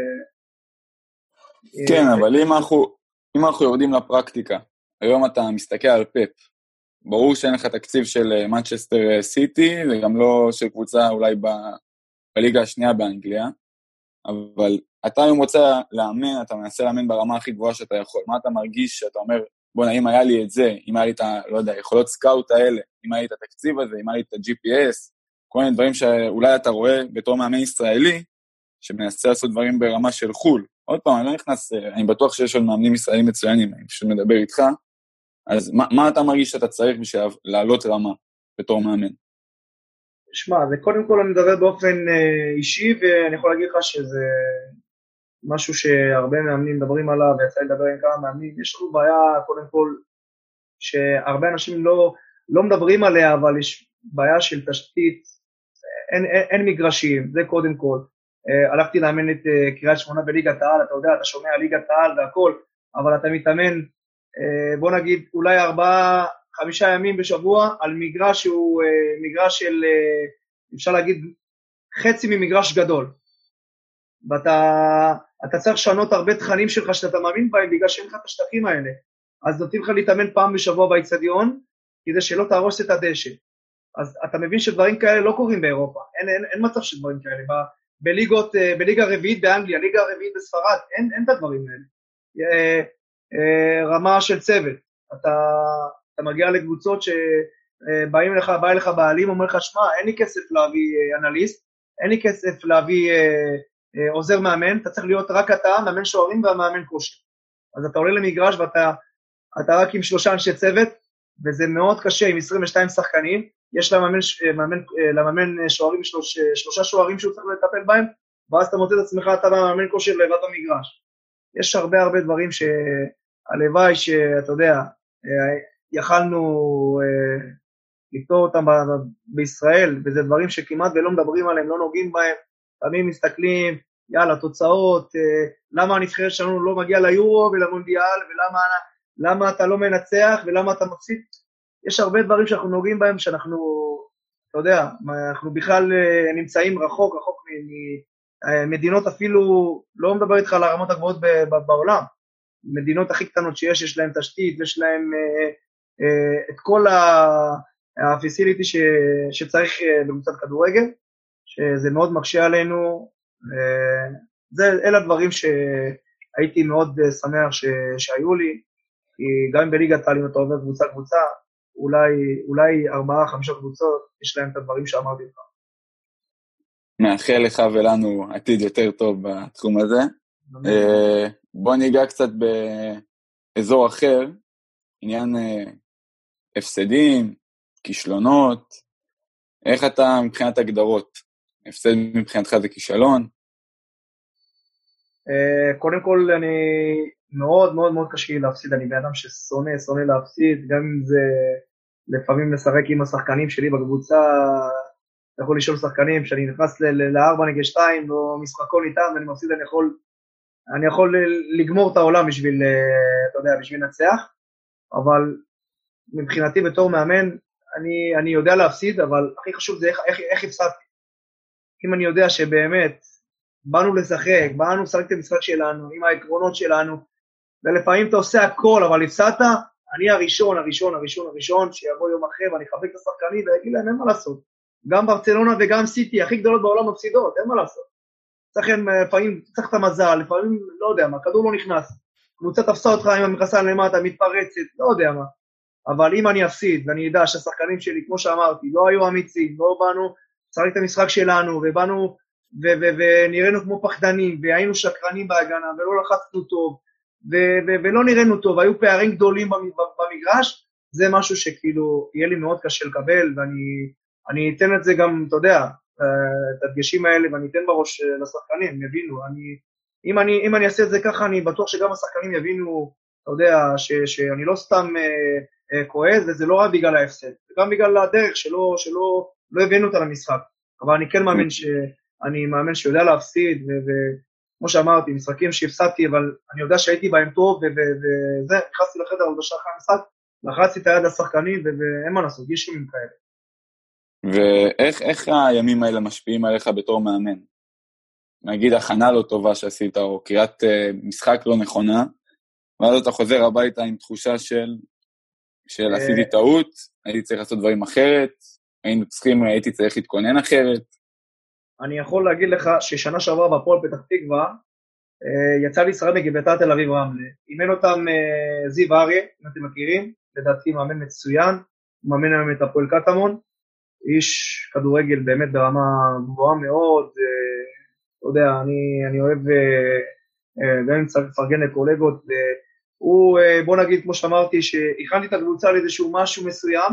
כן, אבל אם אנחנו יורדים לפרקטיקה, היום אתה מסתכל על פפ, ברור שאין לך תקציב של מנצ'סטר סיטי, וגם לא של קבוצה אולי בליגה השנייה באנגליה, אבל אתה היום רוצה לאמן, אתה מנסה לאמן ברמה הכי גבוהה שאתה יכול. מה אתה מרגיש שאתה אומר, בוא, אם היה לי את זה, אם היה לי את, לא יודע, יכולות סקאוט האלה, אם היה לי את התקציב הזה, אם היה לי את ה-GPS, כל מיני דברים שאולי אתה רואה בתור מאמן ישראלי, שמנסה לעשות דברים ברמה של חול. עוד פעם, אני לא נכנס, אני בטוח שיש עוד מאמנים ישראלים מצוינים, אני פשוט מדבר איתך, אז מה אתה מרגיש שאתה צריך בשביל לעלות רמה בתור מאמן? שמע, זה קודם כל אני מדבר באופן אישי, ואני יכול להגיד לך שזה משהו שהרבה מאמנים מדברים עליו, ויצא לדבר עם כמה מאמנים. יש לנו בעיה, קודם כל, שהרבה אנשים לא מדברים עליה, אבל יש בעיה של תשתית, אין מגרשים, זה קודם כל. הלכתי לאמן את קריית שמונה בליגת העל, אתה יודע, אתה שומע ליגת העל והכל, אבל אתה מתאמן, בוא נגיד, אולי 4-5 ימים בשבוע, על מגרש שהוא מגרש של, אפשר להגיד, חצי ממגרש גדול. ואתה צריך לשנות הרבה תכנים שלך שאתה מאמין בהם, בגלל שאין לך את השטחים האלה. אז נותנים לך להתאמן פעם בשבוע באצטדיון, כדי שלא תהרוס את הדשא. אז אתה מבין שדברים כאלה לא קורים באירופה. אין מצב של דברים כאלה. בליגה רביעית באנגליה, ליגה רביעית בספרד, אין את הדברים האלה. רמה של צוות. אתה מגיע לקבוצות שבאים לך, בא לך בעלים, אומר לך, שמע, אין לי כסף להביא אנליסט, אין לי כסף להביא עוזר מאמן, אתה צריך להיות רק אתה, מאמן שוערים והמאמן כושר. אז אתה עולה למגרש ואתה רק עם 3 אנשי צוות, וזה מאוד קשה עם 22 שחקנים, יש למאמן שוערים 3 שוערים שהוא צריך לטפל בהם, ואז אתה מוצא את עצמך, אתה מאמן כושר לבד במגרש. יש הרבה דברים שהלוואי שאתה יודע, יכלנו לפתור אותם בישראל, וזה דברים שכמעט ולא מדברים עליהם, לא נוגעים בהם, תמיד מסתכלים, יאללה, תוצאות, למה הנבחרת שלנו לא מגיע ליורו ולמונדיאל, ולמה אתה לא מנצח, ולמה אתה מפסיד. יש הרבה דברים שאנחנו נוגעים בהם, שאנחנו, אתה יודע, אנחנו בכלל נמצאים רחוק ממדינות אפילו, לא מדבר איתך על הרמות הגבוהות בעולם, מדינות הכי קטנות יש להם תשתית, יש להם את כל הפסיליטי שצריך בקבוצת כדורגל, שזה מאוד מקשה עלינו, אלה הדברים שהייתי מאוד שמח שהיו לי, כי גם בליגת העל, אם אתה עובר קבוצה, אולי 4-5 קבוצות, יש להם את הדברים שאמרתי לך. מאחל לך ולנו עתיד יותר טוב בתחום הזה. בוא ניגע קצת באזור אחר, עניין הפסדים, כישלונות, איך אתה מבחינת הגדרות? הפסד מבחינתך זה כישלון? קודם כל אני מאוד מאוד מאוד קשה לי להפסיד, אני באדם ששונא להפסיד, גם אם זה לפעמים לשחק עם השחקנים שלי בקבוצה, אתה יכול לשאול שחקנים, שאני נכנס ל-4-2 או משחקון איתם ואני מפסיד, אני יכול לגמור את העולם בשביל, אתה יודע, בשביל לנצח, אבל מבחינתי בתור מאמן, אני יודע להפסיד, אבל הכי חשוב זה איך הפסדתי. אם אני יודע שבאמת באנו לשחק את המשחק שלנו, עם העקרונות שלנו, ולפעמים אתה עושה הכל, אבל הפסדת, אני הראשון שיבוא יום אחר, ואני אחבק את השחקנים, ויגיד להם, אין מה לעשות. גם ברצלונה וגם סיטי, הכי גדולות בעולם מפסידות, אין מה לעשות. לפעמים צריך את המזל, לפעמים, לא יודע מה, כדור לא נכנס. קבוצה תפסה אותך עם המכנסיים למטה, מתפרצת, לא יודע מה. אבל אם אני אפסיד, ואני ידע שהשחקנים שלי, כמו שאמרתי, לא היו אמיצים, לא באנו, שחק את המשחק שלנו, ובאנו, ונראינו כמו פחדנים, והיינו שקרנים בהגנה, ולא לחצנו טוב, ולא נראינו טוב, היו פערים גדולים במגרש, זה משהו שכאילו יהיה לי מאוד קשה לקבל, ואני אתן את זה גם, אתה יודע, את הדגשים האלה, ואני אתן בראש לשחקנים, הם יבינו, אם אני אעשה את זה ככה, אני בטוח שגם השחקנים יבינו, אתה יודע, שאני לא סתם כועס, וזה לא רק בגלל ההפסד, זה גם בגלל הדרך שלא הבאנו אותה למשחק, אבל אני כן מאמין שיודע להפסיד, וכמו שאמרתי, משחקים שהפסדתי, אבל אני יודע שהייתי בהם טוב, וזה, נכנסתי לחדר עוד בשעה אחרי המשחק, לחצתי את היד לשחקנים, ואין מה לעשות, יש ימים כאלה. ואיך הימים האלה משפיעים עליך בתור מאמן? נגיד הכנה לא טובה שעשית, או קריאת משחק לא נכונה, ואז אתה חוזר הביתה עם תחושה של עשיתי טעות, הייתי צריך לעשות דברים אחרת, הייתי צריך להתכונן אחרת. אני יכול להגיד לך ששנה שעברה בפועל פתח תקווה, יצא לי לשחק בגבעתר תל אביב רמלה, אימן אותם זיו אריה, אם אתם מכירים, לדעתי מאמן מצוין, מאמן היום את הפועל קטמון, איש כדורגל באמת ברמה גבוהה מאוד, אתה יודע, אני אוהב גם צריך לפרגן לקולגות, הוא, בוא נגיד, כמו שאמרתי, שהכנתי את הקבוצה לאיזשהו משהו מסוים,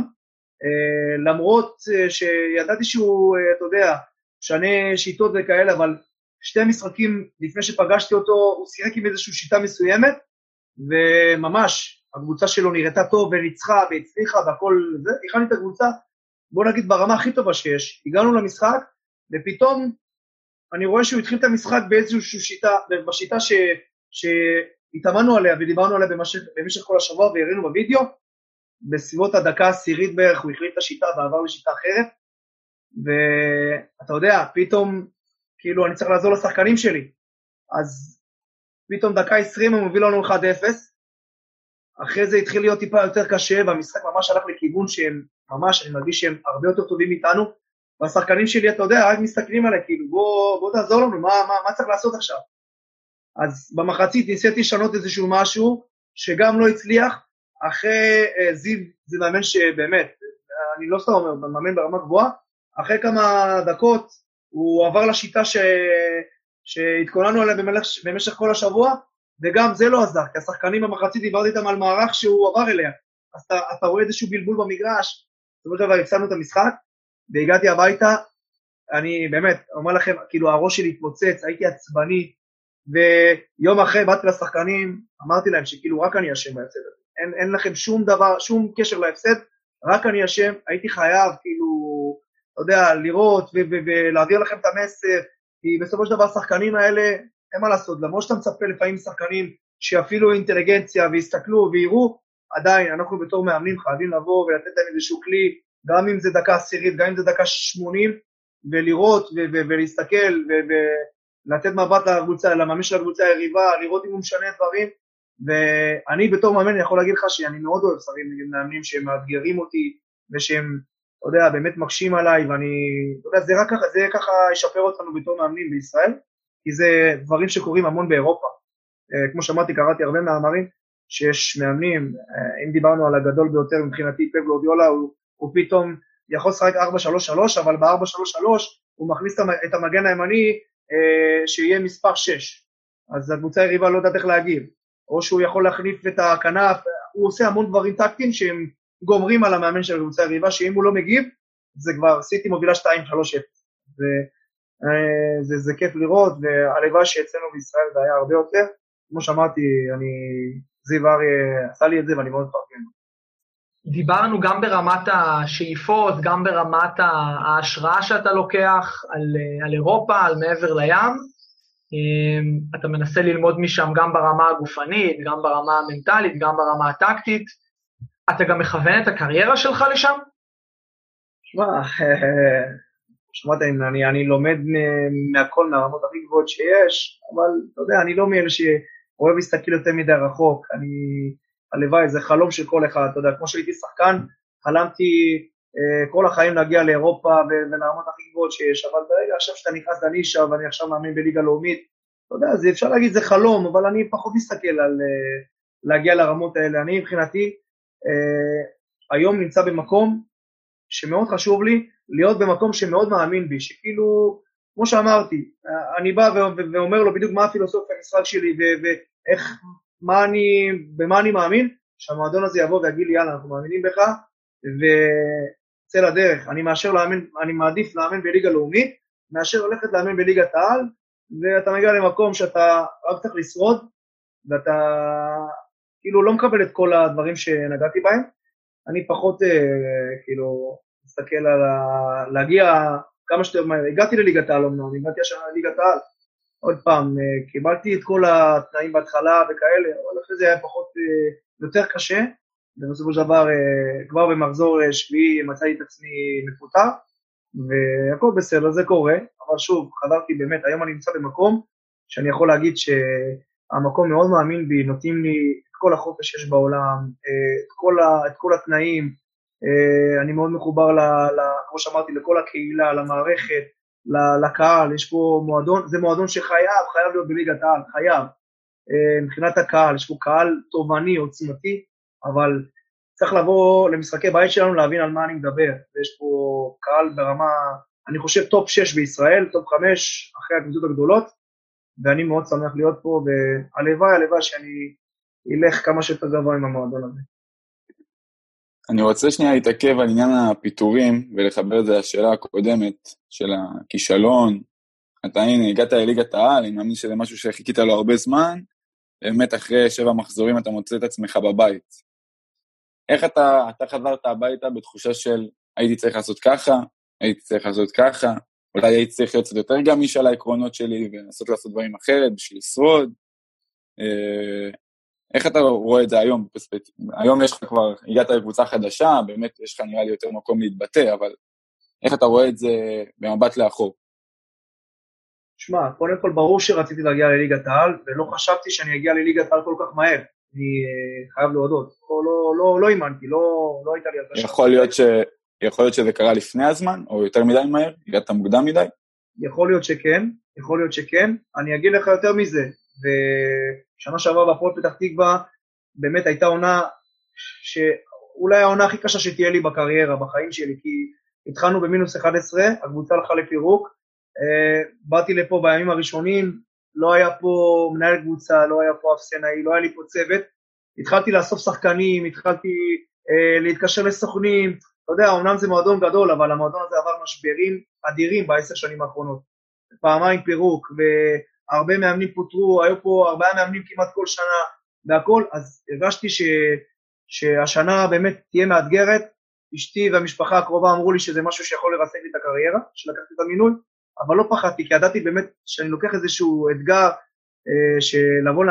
למרות שידעתי שהוא, אתה יודע, שנה שיטות וכאלה, אבל שתי משחקים לפני שפגשתי אותו, הוא שיחק עם איזושהי שיטה מסוימת, וממש, הקבוצה שלו נראתה טוב וניצחה והצליחה והכל זה, הכנתי את הקבוצה, בוא נגיד ברמה הכי טובה שיש, הגענו למשחק, ופתאום אני רואה שהוא התחיל את המשחק באיזושהי שיטה, בשיטה שהתאמנו עליה ודיברנו עליה במשך כל השבוע והראינו בווידאו, בסביבות הדקה העשירית בערך הוא החליט את השיטה ועבר לשיטה אחרת, ואתה יודע, פתאום כאילו אני צריך לעזור לשחקנים שלי, אז פתאום דקה 20 הוא מוביל לנו 1-0, אחרי זה התחיל להיות טיפה יותר קשה, והמשחק ממש הלך לכיוון שהם ממש, אני מרגיש שהם הרבה יותר טובים איתנו, והשחקנים שלי, אתה יודע, רק מסתכלים עליי, כאילו, בוא תעזור לנו, מה צריך לעשות עכשיו? אז במחצית ניסיתי לשנות איזשהו משהו, שגם לא הצליח, אחרי זיו, זה מאמן שבאמת, אני לא סתם אומר, מאמן ברמה גבוהה, אחרי כמה דקות, הוא עבר לשיטה שהתכוננו עליה במשך כל השבוע, וגם זה לא עזר, כי השחקנים במחצית דיברתי איתם על מערך שהוא עבר אליה, אז אתה רואה איזשהו בלבול במגרש, זאת אומרת, אבל הפסדנו את המשחק, והגעתי הביתה, אני באמת, אומר לכם, כאילו הראש שלי התפוצץ, הייתי עצבני, ויום אחרי באתי לשחקנים, אמרתי להם שכאילו רק אני אשם בהפסד הזה, אין לכם שום דבר, שום קשר להפסד, רק אני אשם, הייתי חייב כאילו, אתה יודע, לראות ולהעביר לכם את המסר, כי בסופו של דבר השחקנים האלה, אין מה לעשות, למרות שאתה מצפה לפעמים שחקנים שאפילו אינטליגנציה ויסתכלו ויראו, עדיין אנחנו בתור מאמנים חייבים לבוא ולתת להם איזשהו כלי, גם אם זה דקה עשירית, גם אם זה דקה 80, ולראות ולהסתכל ולתת מבט לקבוצה, למאמן של הקבוצה היריבה, לראות אם הוא משנה דברים, ואני בתור מאמן יכול להגיד לך שאני מאוד אוהב שרים נגד מאמנים שהם מאתגרים אותי, ושהם, אתה יודע, באמת מקשים עליי, ואני, אתה יודע, זה ככה ישפר אותנו בתור מאמנים בישראל, כי זה דברים שקורים המון באירופה. כמו שאמרתי, קראתי הרבה מאמרים, שיש מאמנים, אם דיברנו על הגדול ביותר מבחינתי, פפ גוארדיולה, הוא פתאום יכול לשחק 4-3-3, אבל ב-4-3-3 הוא מכניס את המגן הימני שיהיה מספר 6. אז הקבוצה היריבה לא יודעת איך להגיב. או שהוא יכול להחליף את הכנף, הוא עושה המון דברים טקטיים שהם גומרים על המאמן של הקבוצה היריבה, שאם הוא לא מגיב, זה כבר סיטי מובילה 2-3-0. זה כיף לראות, והלוואי שאצלנו בישראל זה היה הרבה יותר. כמו שאמרתי, זיו אריה עשה לי את זה ואני מאוד מפרגן. דיברנו גם ברמת השאיפות, גם ברמת ההשראה שאתה לוקח על אירופה, על מעבר לים. אתה מנסה ללמוד משם גם ברמה הגופנית, גם ברמה המנטלית, גם ברמה הטקטית. אתה גם מכוון את הקריירה שלך לשם? שמעת, אני לומד מהכל, מהרמות הכי גבוהות שיש, אבל אתה יודע, אני לא מאלה שאוהב להסתכל יותר מדי רחוק, הלוואי, זה חלום של כל אחד, אתה יודע, כמו שהייתי שחקן, חלמתי כל החיים להגיע לאירופה ולרמות הכי גבוהות שיש, אבל ברגע עכשיו שאתה נכנס לנישה, ואני עכשיו מאמין בליגה לאומית, אתה יודע, זה אפשר להגיד, זה חלום, אבל אני פחות מסתכל על להגיע לרמות האלה, אני מבחינתי, היום נמצא במקום שמאוד חשוב לי, להיות במקום שמאוד מאמין בי, שכאילו, כמו שאמרתי, אני בא ואומר לו בדיוק מה הפילוסופיה המשחק שלי, ואיך במה אני מאמין? שהמועדון הזה יבוא ויגיד לי, יאללה, אנחנו מאמינים בך, וצא לדרך. אני מעדיף לאמן בליגה לאומית, מאשר ללכת לאמן בליגת העל, ואתה מגיע למקום שאתה רק צריך לשרוד, ואתה כאילו לא מקבל את כל הדברים שנגעתי בהם. אני פחות כאילו מסתכל על להגיע כמה שיותר מהר. הגעתי לליגת העל אמנם, הגעתי השנה לליגת העל. עוד פעם, קיבלתי את כל התנאים בהתחלה וכאלה, אבל אחרי זה היה פחות יותר קשה, ובסופו של דבר כבר במחזור שביעי מצאתי את עצמי מפוטר, והכל בסדר, זה קורה, אבל שוב, חזרתי באמת, היום אני נמצא במקום שאני יכול להגיד שהמקום מאוד מאמין בי, נותנים לי את כל החופש שיש בעולם, את כל התנאים, אני מאוד מחובר, כמו שאמרתי, לכל הקהילה, למערכת, לקהל, יש פה מועדון, זה מועדון שחייב להיות בליגת העל, חייב. מבחינת הקהל, יש פה קהל תובעני, עוצמתי, אבל צריך לבוא למשחקי בית שלנו להבין על מה אני מדבר. ויש פה קהל ברמה, אני חושב טופ 6 בישראל, טופ 5 אחרי הקבוצות הגדולות, ואני מאוד שמח להיות פה, והלוואי שאני אלך כמה שיותר גבוה עם המועדון הזה. אני רוצה שנייה להתעכב על עניין הפיטורים, ולחבר את זה לשאלה הקודמת של הכישלון. אתה הנה, הגעת לליגת העל, אני מאמין שזה משהו שחיכית לו הרבה זמן, באמת אחרי 7 מחזורים אתה מוצא את עצמך בבית. איך אתה חזרת הביתה בתחושה של הייתי צריך לעשות ככה, הייתי צריך לעשות ככה, אולי הייתי צריך להיות קצת יותר גמיש על העקרונות שלי, ולנסות לעשות דברים אחרת בשביל לשרוד. איך אתה רואה את זה היום? היום יש לך כבר, הגעת לקבוצה חדשה, באמת יש לך נראה לי יותר מקום להתבטא, אבל איך אתה רואה את זה במבט לאחור? שמע, קודם כל ברור שרציתי להגיע לליגת העל, ולא חשבתי שאני אגיע לליגת העל כל כך מהר. אני חייב להודות. לא אימנתי, לא הייתה לי הרגשה. יכול להיות שזה קרה לפני הזמן, או יותר מדי מהר? הגעת מוקדם מדי? יכול להיות שכן. אני אגיד לך יותר מזה. ושנה שעברה בהפועל פתח תקווה, באמת הייתה עונה שאולי העונה הכי קשה שתהיה לי בקריירה, בחיים שלי, כי התחלנו במינוס 11, הקבוצה הלכה לפירוק, באתי לפה בימים הראשונים, לא היה פה מנהל קבוצה, לא היה פה אף סנאי, לא היה לי פה צוות, התחלתי לאסוף שחקנים, התחלתי להתקשר לסוכנים, אתה יודע, אומנם זה מועדון גדול, אבל המועדון הזה עבר משברים אדירים ב10 שנים האחרונות, פעמיים פירוק, והרבה מאמנים פוטרו, היו פה 4 מאמנים כמעט כל שנה, והכל, אז הרגשתי שהשנה באמת תהיה מאתגרת, אשתי והמשפחה הקרובה אמרו לי שזה משהו שיכול לרסק לי את הקריירה, שלקחתי את המינוי, אבל לא פחדתי, כי ידעתי באמת שאני לוקח איזשהו אתגר, שלבוא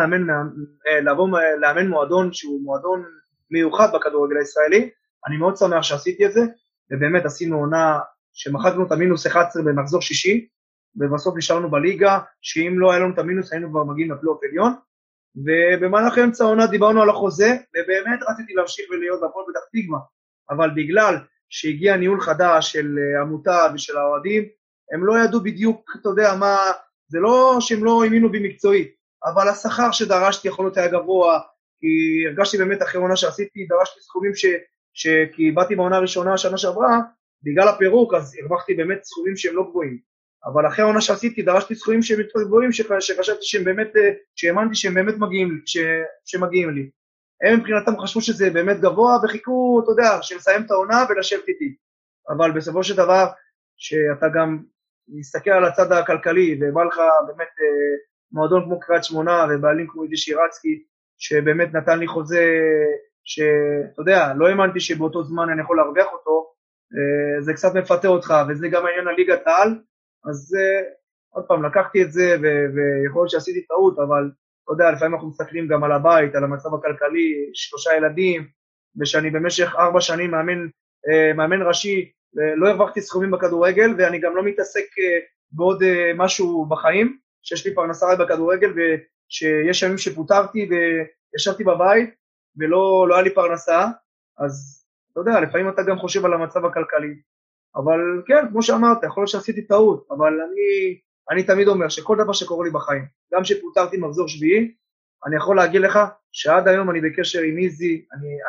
לאמן מועדון שהוא מועדון מיוחד בכדורגל הישראלי, אני מאוד שמח שעשיתי את זה, ובאמת עשינו עונה שמחקנו את המינוס 11 במחזור שישי, ובסוף נשארנו בליגה, שאם לא היה לנו את המינוס היינו כבר מגיעים לפלייאוף עליון, ובמהלך אמצע העונה דיברנו על החוזה, ובאמת רציתי להמשיך ולהיות בהפועל פתח תקווה, אבל בגלל שהגיע ניהול חדש של עמותה ושל האוהדים, הם לא ידעו בדיוק, אתה יודע מה, זה לא שהם לא האמינו בי מקצועית, אבל השכר שדרשתי יכול להיות היה גבוה, כי הרגשתי באמת אחרי עונה שעשיתי, דרשתי סכומים כי באתי בעונה הראשונה שנה שעברה, בגלל הפירוק, אז הרווחתי באמת סכומים שהם לא גבוהים, אבל אחרי העונה שעשיתי, דרשתי סכומים שהם יותר גבוהים, שחשבתי שהם באמת, שהאמנתי שהם באמת שמגיעים לי. הם מבחינתם חשבו שזה באמת גבוה, וחיכו, אתה יודע, שנסיים את העונה ולשבת איתי. אבל בסופו של דבר, שאתה גם מסתכל על הצד הכלכלי, ובא לך באמת מועדון כמו קריית שמונה, ובעלים כמו ידיש שירצקי, שבאמת נתן לי חוזה, שאתה יודע, לא האמנתי שבאותו זמן אני יכול להרוויח אותו, זה קצת מפתה אותך, וזה גם העניין הליגת העל, אז עוד פעם, לקחתי את זה, ויכול להיות שעשיתי טעות, אבל אתה יודע, לפעמים אנחנו מסתכלים גם על הבית, על המצב הכלכלי, 3 ילדים, ושאני במשך 4 שנים מאמן ראשי, לא הרווחתי סכומים בכדורגל, ואני גם לא מתעסק בעוד משהו בחיים, שיש לי פרנסה רק בכדורגל, ושיש ימים שפוטרתי וישבתי בבית, ולא היה לי פרנסה, אז אתה יודע, לפעמים אתה גם חושב על המצב הכלכלי, אבל כן, כמו שאמרת, יכול להיות שעשיתי טעות, אבל אני תמיד אומר שכל דבר שקורה לי בחיים, גם שפוטרתי מחזור שביעי, אני יכול להגיד לך שעד היום אני בקשר עם איזי,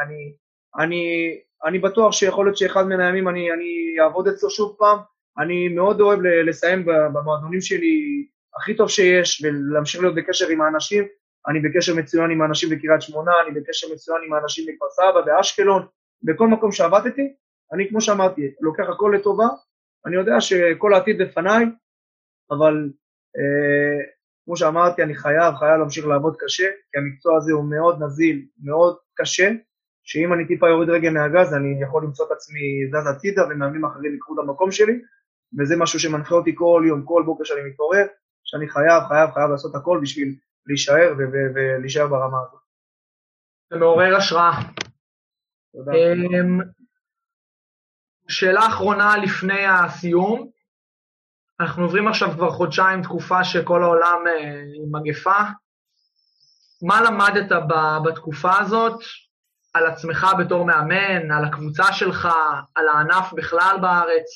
אני בטוח שיכול להיות שאחד מן הימים אני אעבוד אצלו שוב פעם, אני מאוד אוהב לסיים במועדונים שלי הכי טוב שיש, ולהמשיך להיות בקשר עם האנשים, אני בקשר מצוין עם האנשים בקריית שמונה, אני בקשר מצוין עם האנשים בכפר סבא, באשקלון, בכל מקום שעבדתי, אני כמו שאמרתי, לוקח הכל לטובה, אני יודע שכל העתיד בפניי, אבל כמו שאמרתי, אני חייב להמשיך לעבוד קשה, כי המקצוע הזה הוא מאוד נזיל, מאוד קשה, שאם אני טיפה יוריד רגע מהגז, אני יכול למצוא את עצמי זז הצידה, ומאמנים אחרים יקחו את המקום שלי, וזה משהו שמנחה אותי כל יום, כל בוקר שאני מתעורר, שאני חייב לעשות הכל בשביל להישאר ולהישאר ברמה הזאת. זה מעורר השראה. תודה. שאלה אחרונה לפני הסיום, אנחנו עוברים עכשיו כבר חודשיים, תקופה שכל העולם עם מגפה. מה למדת בתקופה הזאת על עצמך בתור מאמן, על הקבוצה שלך, על הענף בכלל בארץ?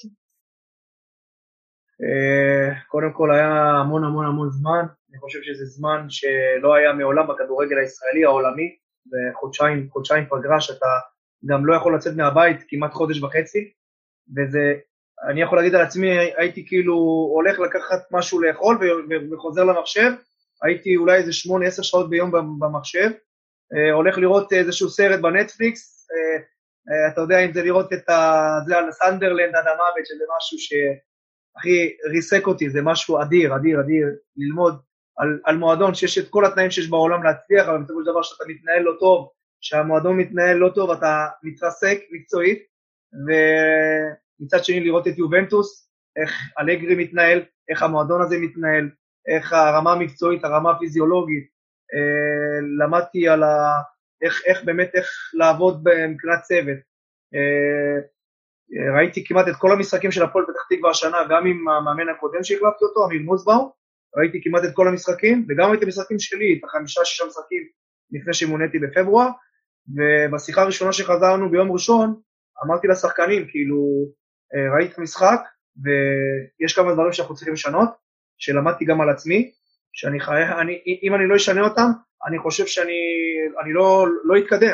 קודם כל היה המון זמן, אני חושב שזה זמן שלא היה מעולם בכדורגל הישראלי העולמי, זה חודשיים פגרה שאתה גם לא יכול לצאת מהבית כמעט חודש וחצי, וזה, אני יכול להגיד על עצמי, הייתי כאילו הולך לקחת משהו לאכול וחוזר למחשב, הייתי אולי איזה 8-10 שעות ביום במחשב, הולך לראות איזשהו סרט בנטפליקס, אתה יודע אם זה לראות את זה על סנדרלנד עד המוות, שזה משהו שהכי ריסק אותי, זה משהו אדיר, ללמוד על מועדון שיש את כל התנאים שיש בעולם להצליח, אבל בסופו של דבר שאתה מתנהל לא טוב, שהמועדון מתנהל לא טוב, אתה מתרסק מקצועית, ומצד שני לראות את יובנטוס, איך אלגרי מתנהל, איך המועדון הזה מתנהל, איך הרמה המקצועית, הרמה הפיזיולוגית, למדתי על איך לעבוד מבחינת צוות. ראיתי כמעט את כל המשחקים של הפועל פתח תקווה השנה, גם עם המאמן הקודם שהחלפתי אותו, אמיר מוסבאום, ראיתי כמעט את כל המשחקים, וגם את המשחקים שלי, את 5-6 משחקים לפני שמוניתי בפברואר, ובשיחה הראשונה שחזרנו ביום ראשון, אמרתי לשחקנים, כאילו, ראיתי את המשחק, ויש כמה דברים שאנחנו צריכים לשנות, שלמדתי גם על עצמי, אם אני לא אשנה אותם, אני חושב שאני לא אתקדם,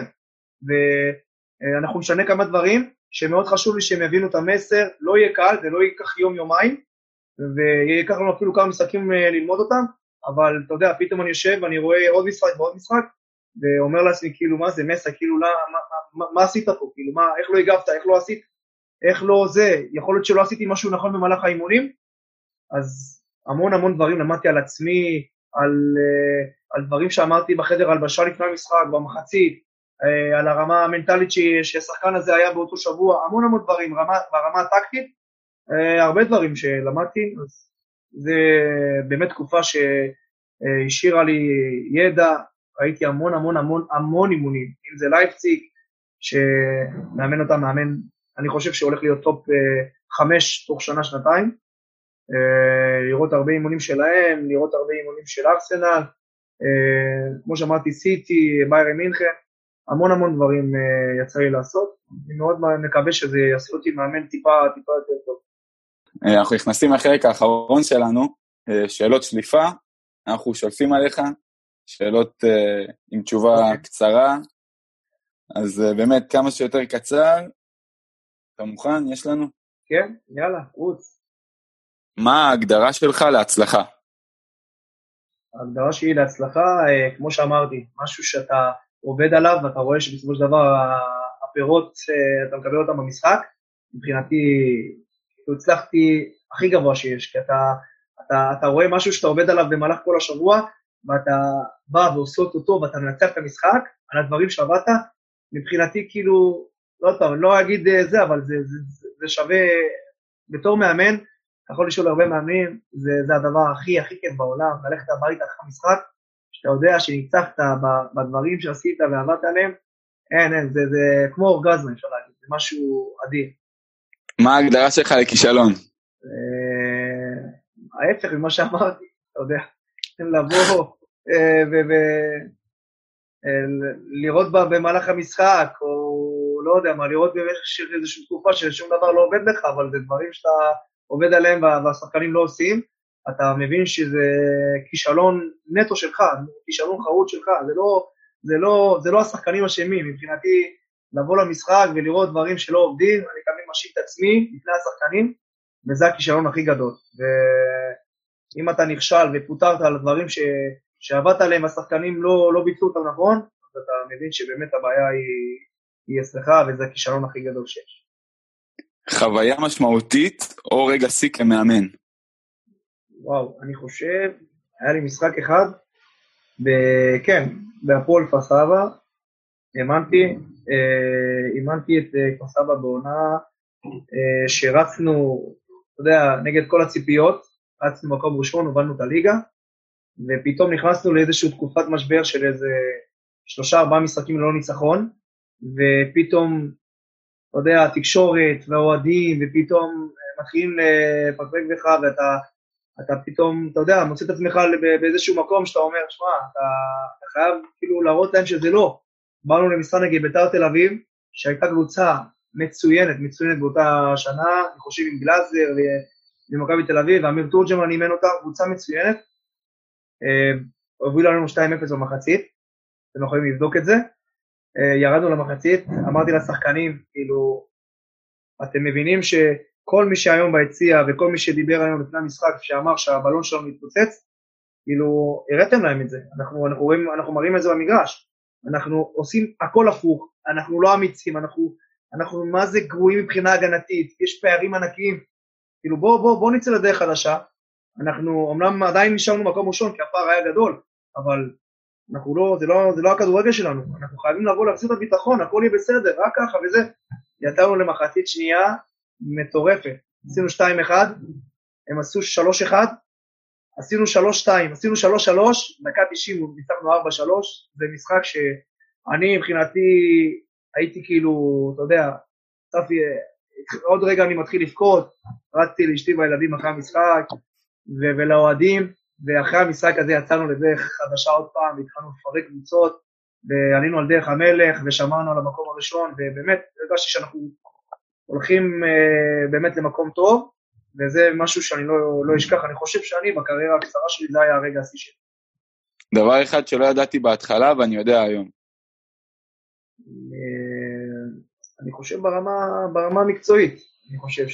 ואנחנו נשנה כמה דברים, שמאוד חשוב לי שהם יבינו את המסר, לא יהיה קל, זה לא ייקח יום-יומיים, ויקח לנו אפילו כמה משחקים ללמוד אותם, אבל אתה יודע, פתאום אני יושב ואני רואה עוד משחק ועוד משחק, ואומר לעצמי, כאילו, מה זה מסע, כאילו, מה עשית פה, כאילו, איך לא הגבת, איך לא עשית, איך לא זה, יכול להיות שלא עשיתי משהו נכון במהלך האימונים, אז המון דברים למדתי על עצמי, על דברים שאמרתי בחדר הלבשה לפני המשחק, במחצית, על הרמה המנטלית שהשחקן הזה היה באותו שבוע, המון דברים, ברמה הטקטית, הרבה דברים שלמדתי, אז זה באמת תקופה שהשאירה לי ידע, ראיתי המון אימונים, אם זה לייפציג, שמאמן אותם, אני חושב שהולך להיות טופ 5 תוך שנה-שנתיים, לראות הרבה אימונים שלהם, לראות הרבה אימונים של ארסנל, כמו שאמרתי, סיטי, ביירן מינכן, המון דברים יצא לי לעשות, אני מאוד מקווה שזה יעשה אותי מאמן טיפה יותר טוב. אנחנו נכנסים לחלק האחרון שלנו, שאלות שליפה, אנחנו שולפים עליך, שאלות עם תשובה קצרה, אז באמת כמה שיותר קצר, אתה מוכן? יש לנו? כן, יאללה, רוץ. מה ההגדרה שלך להצלחה? ההגדרה שלי להצלחה, כמו שאמרתי, משהו שאתה עובד עליו, ואתה רואה שבסופו של דבר הפירות, אתה מקבל אותם במשחק, מבחינתי, הצלחתי הכי גבוה שיש, כי אתה רואה משהו שאתה עובד עליו במהלך כל השבוע, ואתה בא ועושה אותו טוב, ואתה מנצח את המשחק, על הדברים שעבדת, מבחינתי כאילו, לא אגיד זה, אבל זה שווה, בתור מאמן, אתה יכול לשאול הרבה מאמנים, זה הדבר הכי כיף בעולם, ללכת הביתה אחרי המשחק, שאתה יודע שניצחת בדברים שעשית ועבדת עליהם, אין, זה כמו אורגזמה, אפשר להגיד, זה משהו אדיר. מה ההגדרה שלך לכישלון? ההפך ממה שאמרתי, אתה יודע, לבוא ולראות במהלך המשחק, או לא יודע מה, לראות במשך איזושהי תקופה ששום דבר לא עובד לך, אבל זה דברים שאתה עובד עליהם והשחקנים לא עושים, אתה מבין שזה כישלון נטו שלך, כישלון חרוץ שלך, זה לא השחקנים אשמים, מבחינתי לבוא למשחק ולראות דברים שלא עובדים, אני תמיד משאיר את עצמי לפני השחקנים, וזה הכישלון הכי גדול. ואם אתה נכשל ופוטרת על הדברים שעבדת עליהם, השחקנים לא ביצעו אותם נכון, אז אתה מבין שבאמת הבעיה היא אצלך, וזה הכישלון הכי גדול שיש. חוויה משמעותית או רגע שיא כמאמן? וואו, אני חושב, היה לי משחק אחד, כן, בהפועל כפר סבא, אימנתי את כפר סבא בעונה, שרצנו, אתה יודע, נגד כל הציפיות, רצנו מקום ראשון, הובלנו את הליגה, ופתאום נכנסנו לאיזושהי תקופת משבר של איזה 3-4 משחקים ללא ניצחון, ופתאום, אתה יודע, התקשורת והאוהדים, ופתאום מתחילים לפקפק בך, ואתה פתאום, אתה יודע, מוצא את עצמך באיזשהו מקום שאתה אומר, שמע, אתה חייב כאילו להראות להם שזה לא. באנו למשחק נגד בית"ר תל אביב, שהייתה קבוצה מצוינת באותה שנה, אני חושב עם גלאזר ומכבי תל אביב, ואמיר תורג'מן אימן אותה, קבוצה מצוינת, הובילו לנו 2-0 במחצית, אתם יכולים לבדוק את זה, ירדנו למחצית, אמרתי לשחקנים, כאילו, אתם מבינים שכל מי שהיום ביציע, וכל מי שדיבר היום לפני המשחק, שאמר שהבלון שלנו מתפוצץ, כאילו, הראיתם להם את זה, אנחנו מראים את זה במגרש, אנחנו עושים הכל הפוך, אנחנו לא אמיצים, אנחנו מה זה גרועים מבחינה הגנתית, יש פערים ענקיים, כאילו בוא נצא לדרך חדשה, אנחנו אמנם עדיין נשארנו מקום ראשון, כי הפער היה גדול, אבל זה לא הכדורגל שלנו, אנחנו חייבים לבוא להחזיר את הביטחון, הכל יהיה בסדר, רק ככה וזה, יצאנו למחצית שנייה מטורפת, עשינו 2-1, הם עשו 3-1, עשינו 3-2, עשינו 3-3, דקה 90, ניצחנו 4-3, זה משחק שאני מבחינתי הייתי כאילו, אתה יודע, עוד רגע אני מתחיל לבכות, רצתי לאשתי והילדים אחרי המשחק, ולאוהדים, ואחרי המשחק הזה יצאנו לדרך חדשה עוד פעם, והתחלנו לפרק קבוצות, ועלינו על דרך המלך, ושמרנו על המקום הראשון, ובאמת, הרגשתי שאנחנו הולכים באמת למקום טוב, וזה משהו שאני לא אשכח, אני חושב שאני בקריירה הקצרה שלי, זה היה הרגע השיא שלי. דבר אחד שלא ידעתי בהתחלה, ואני יודע היום. אני חושב ברמה המקצועית, אני חושב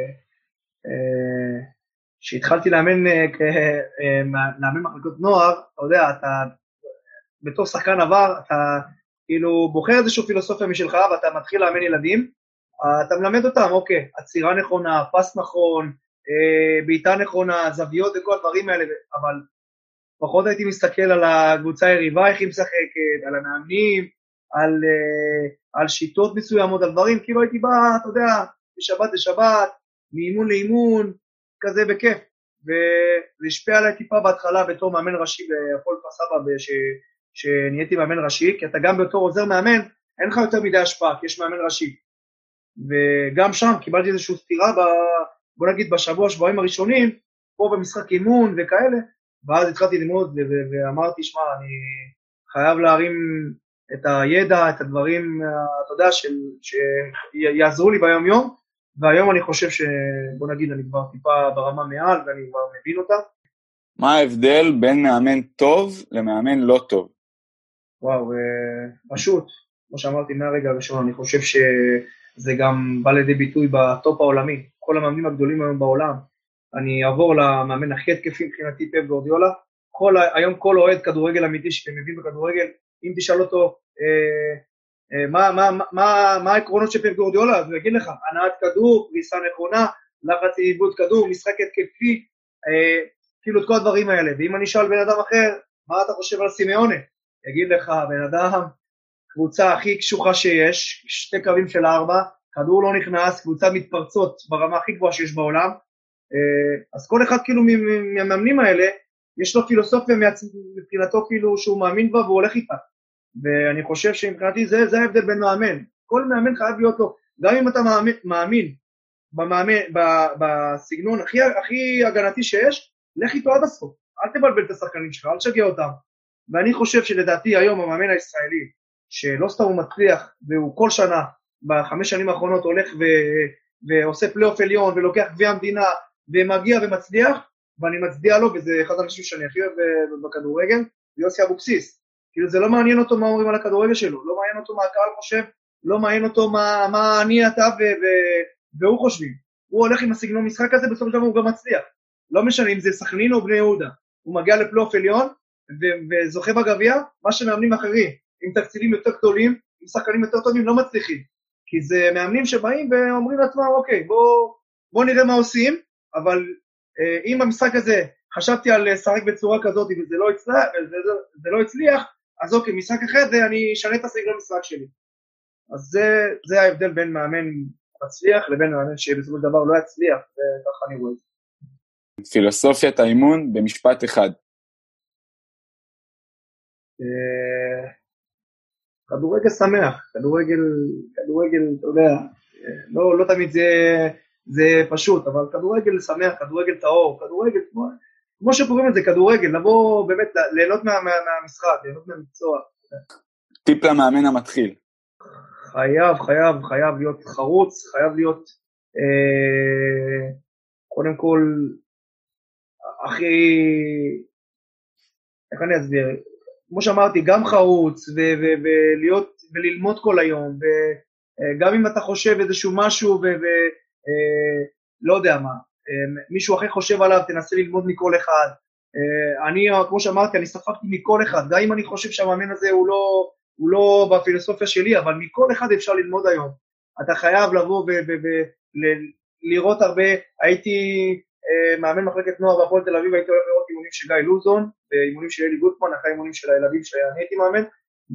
שהתחלתי לאמן מחלקות נוער, אתה יודע, אתה בתור שחקן עבר, אתה כאילו בוחר איזושהי פילוסופיה משלך, ואתה מתחיל לאמן ילדים, אתה מלמד אותם, אוקיי, עצירה נכונה, פס נכון, בעיטה נכונה, זוויות וכל הדברים האלה, אבל פחות הייתי מסתכל על הקבוצה היריבה, איך היא משחקת, על המאמנים, על שיטות מסוימות, על דברים, כאילו הייתי בא, אתה יודע, משבת לשבת, מאימון לאימון, כזה בכיף, וזה השפיע עליי טיפה בהתחלה בתור מאמן ראשי בהפועל כפר סבא, שנהייתי מאמן ראשי, כי אתה גם בתור עוזר מאמן, אין לך יותר מדי השפעה, כי יש מאמן ראשי. וגם שם קיבלתי איזושהי סתירה, בוא נגיד שבועיים הראשונים, פה במשחק אימון וכאלה, ואז התחלתי ללמוד ואמרתי, שמע, אני חייב להרים את הידע, את הדברים, אתה יודע, שיעזרו לי ביום יום, והיום אני חושב בוא נגיד, אני כבר טיפה ברמה מעל, ואני כבר מבין אותה. מה ההבדל בין מאמן טוב למאמן לא טוב? וואו, פשוט, כמו שאמרתי מהרגע הראשון, אני חושב שזה גם בא לידי ביטוי בטופ העולמי, כל המאמנים הגדולים היום בעולם, אני אעבור למאמן הכי התקפי מבחינתי פפ גוארדיולה, היום כל אוהד כדורגל אמיתי שמבין בכדורגל, אם תשאל אותו מה העקרונות של פפ גוארדיולה, אז הוא יגיד לך, הנעת כדור, פריסה נכונה, לחץ עיבוד כדור, משחק התקפי, כאילו את כל הדברים האלה, ואם אני אשאל בן אדם אחר, מה אתה חושב על סימאונה? יגיד לך, בן אדם, קבוצה הכי קשוחה שיש, 2 קווים של 4, כדור לא נכנס, קבוצה מתפרצות ברמה הכי גבוהה שיש בעולם, אז כל אחד כאילו מהמאמנים האלה, יש לו פילוסופיה מבחינתו כאילו שהוא מאמין בה והוא הולך איתה, ואני חושב שמבחינתי זה ההבדל בין מאמן, כל מאמן חייב להיות לו, גם אם אתה מאמין בסגנון הכי הגנתי שיש, לך איתו עד הסוף, אל תבלבל את השחקנים שלך, אל תשגע אותם, ואני חושב שלדעתי היום המאמן הישראלי, שלא סתם הוא מצליח, והוא כל שנה, ב5 שנים האחרונות הולך ועושה פלייאוף עליון, ולוקח גביע המדינה, ומגיע ומצליח, ואני מצדיע לו, וזה אחד האנשים שאני הכי אוהב בכדורגל, זה יוסי אבוקסיס. כאילו זה לא מעניין אותו מה אומרים על הכדורגל שלו, לא מעניין אותו מה הקהל חושב, לא מעניין אותו מה אני, אתה והוא חושבים. הוא הולך עם הסגנון משחק הזה, בסוף דבר הוא גם מצליח. לא משנה אם זה סכנין או בני יהודה. הוא מגיע לפלייאוף עליון, וזוכה בגביע, מה שמאמנים אחרים, עם תקציבים יותר גדולים, עם שחקנים יותר טובים, לא מצליחים. כי זה מאמנים שבאים ואומרים לעצמם, אוקיי, בוא נראה מה עושים, אבל אם המשחק הזה, חשבתי על לשחק בצורה כזאת, וזה לא הצליח, אז אוקיי, משחק אחר זה, אני אשנה את הסגנון משחק שלי. אז זה ההבדל בין מאמן מצליח, לבין מאמן שבסופו של דבר לא יצליח, וככה אני רואה את זה. פילוסופיית האימון במשפט אחד. כדורגל שמח, כדורגל, אתה יודע, לא תמיד זה פשוט, אבל כדורגל שמח, כדורגל טהור, כדורגל, כמו שקוראים את זה, כדורגל, לבוא באמת, ליהנות מהמשחק, ליהנות מהמקצוע. טיפ למאמן המתחיל. חייב להיות חרוץ, חייב להיות, קודם כל, איך אני אסביר? כמו שאמרתי, גם חרוץ, וללמוד כל היום, וגם אם אתה חושב איזשהו משהו, לא יודע מה, מישהו אחר חושב עליו, תנסה ללמוד מכל אחד. אני, כמו שאמרתי, אני ספקתי מכל אחד, גם אם אני חושב שהמאמן הזה הוא לא בפילוסופיה שלי, אבל מכל אחד אפשר ללמוד היום. אתה חייב לבוא ולראות הרבה, הייתי מאמן מחלקת נוער בהפועל תל אביב, הייתי הולך לראות אימונים של גיא לוזון, ואימונים של אלי גוטמן, אחרי אימונים של הילדים שאני הייתי מאמן,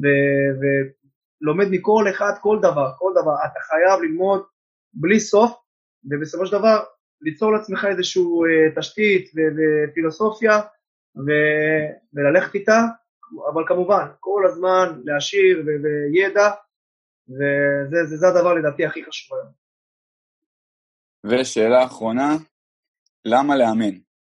ולומד מכל אחד כל דבר, אתה חייב ללמוד בלי סוף, ובסופו של דבר ליצור לעצמך איזשהו תשתית ופילוסופיה, וללכת איתה, אבל כמובן, כל הזמן להשאיר וידע, וזה הדבר לדעתי הכי חשוב היום. ושאלה אחרונה, למה לאמן?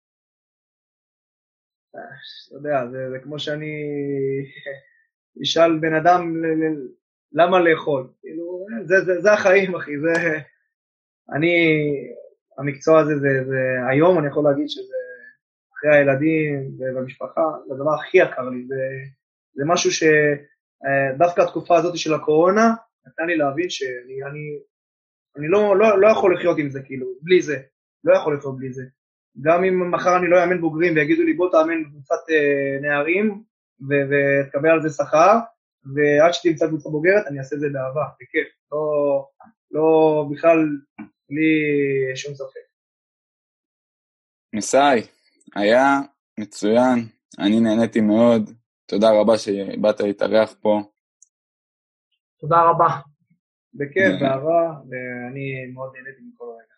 אתה יודע, זה כמו שאני אשאל בן אדם למה לאכול. זה החיים, אחי. המקצוע הזה, היום אני יכול להגיד שזה אחרי הילדים ובמשפחה, זה הדבר הכי יקר לי. זה משהו שדווקא התקופה הזאת של הקורונה, נתן לי להבין שאני לא יכול לחיות עם זה, כאילו, בלי זה. לא יכול לחיות בלי זה. גם אם מחר אני לא יאמן בוגרים ויגידו לי בוא תאמן קבוצת נערים ותקבל על זה שכר, ועד שתמצא קבוצה בוגרת אני אעשה את זה באהבה, בכיף, לא בכלל בלי שום ספק. מסאי, היה מצוין, אני נהניתי מאוד, תודה רבה שבאת להתארח פה. תודה רבה. בכיף, באהבה, ואני מאוד נהניתי מכל רגע.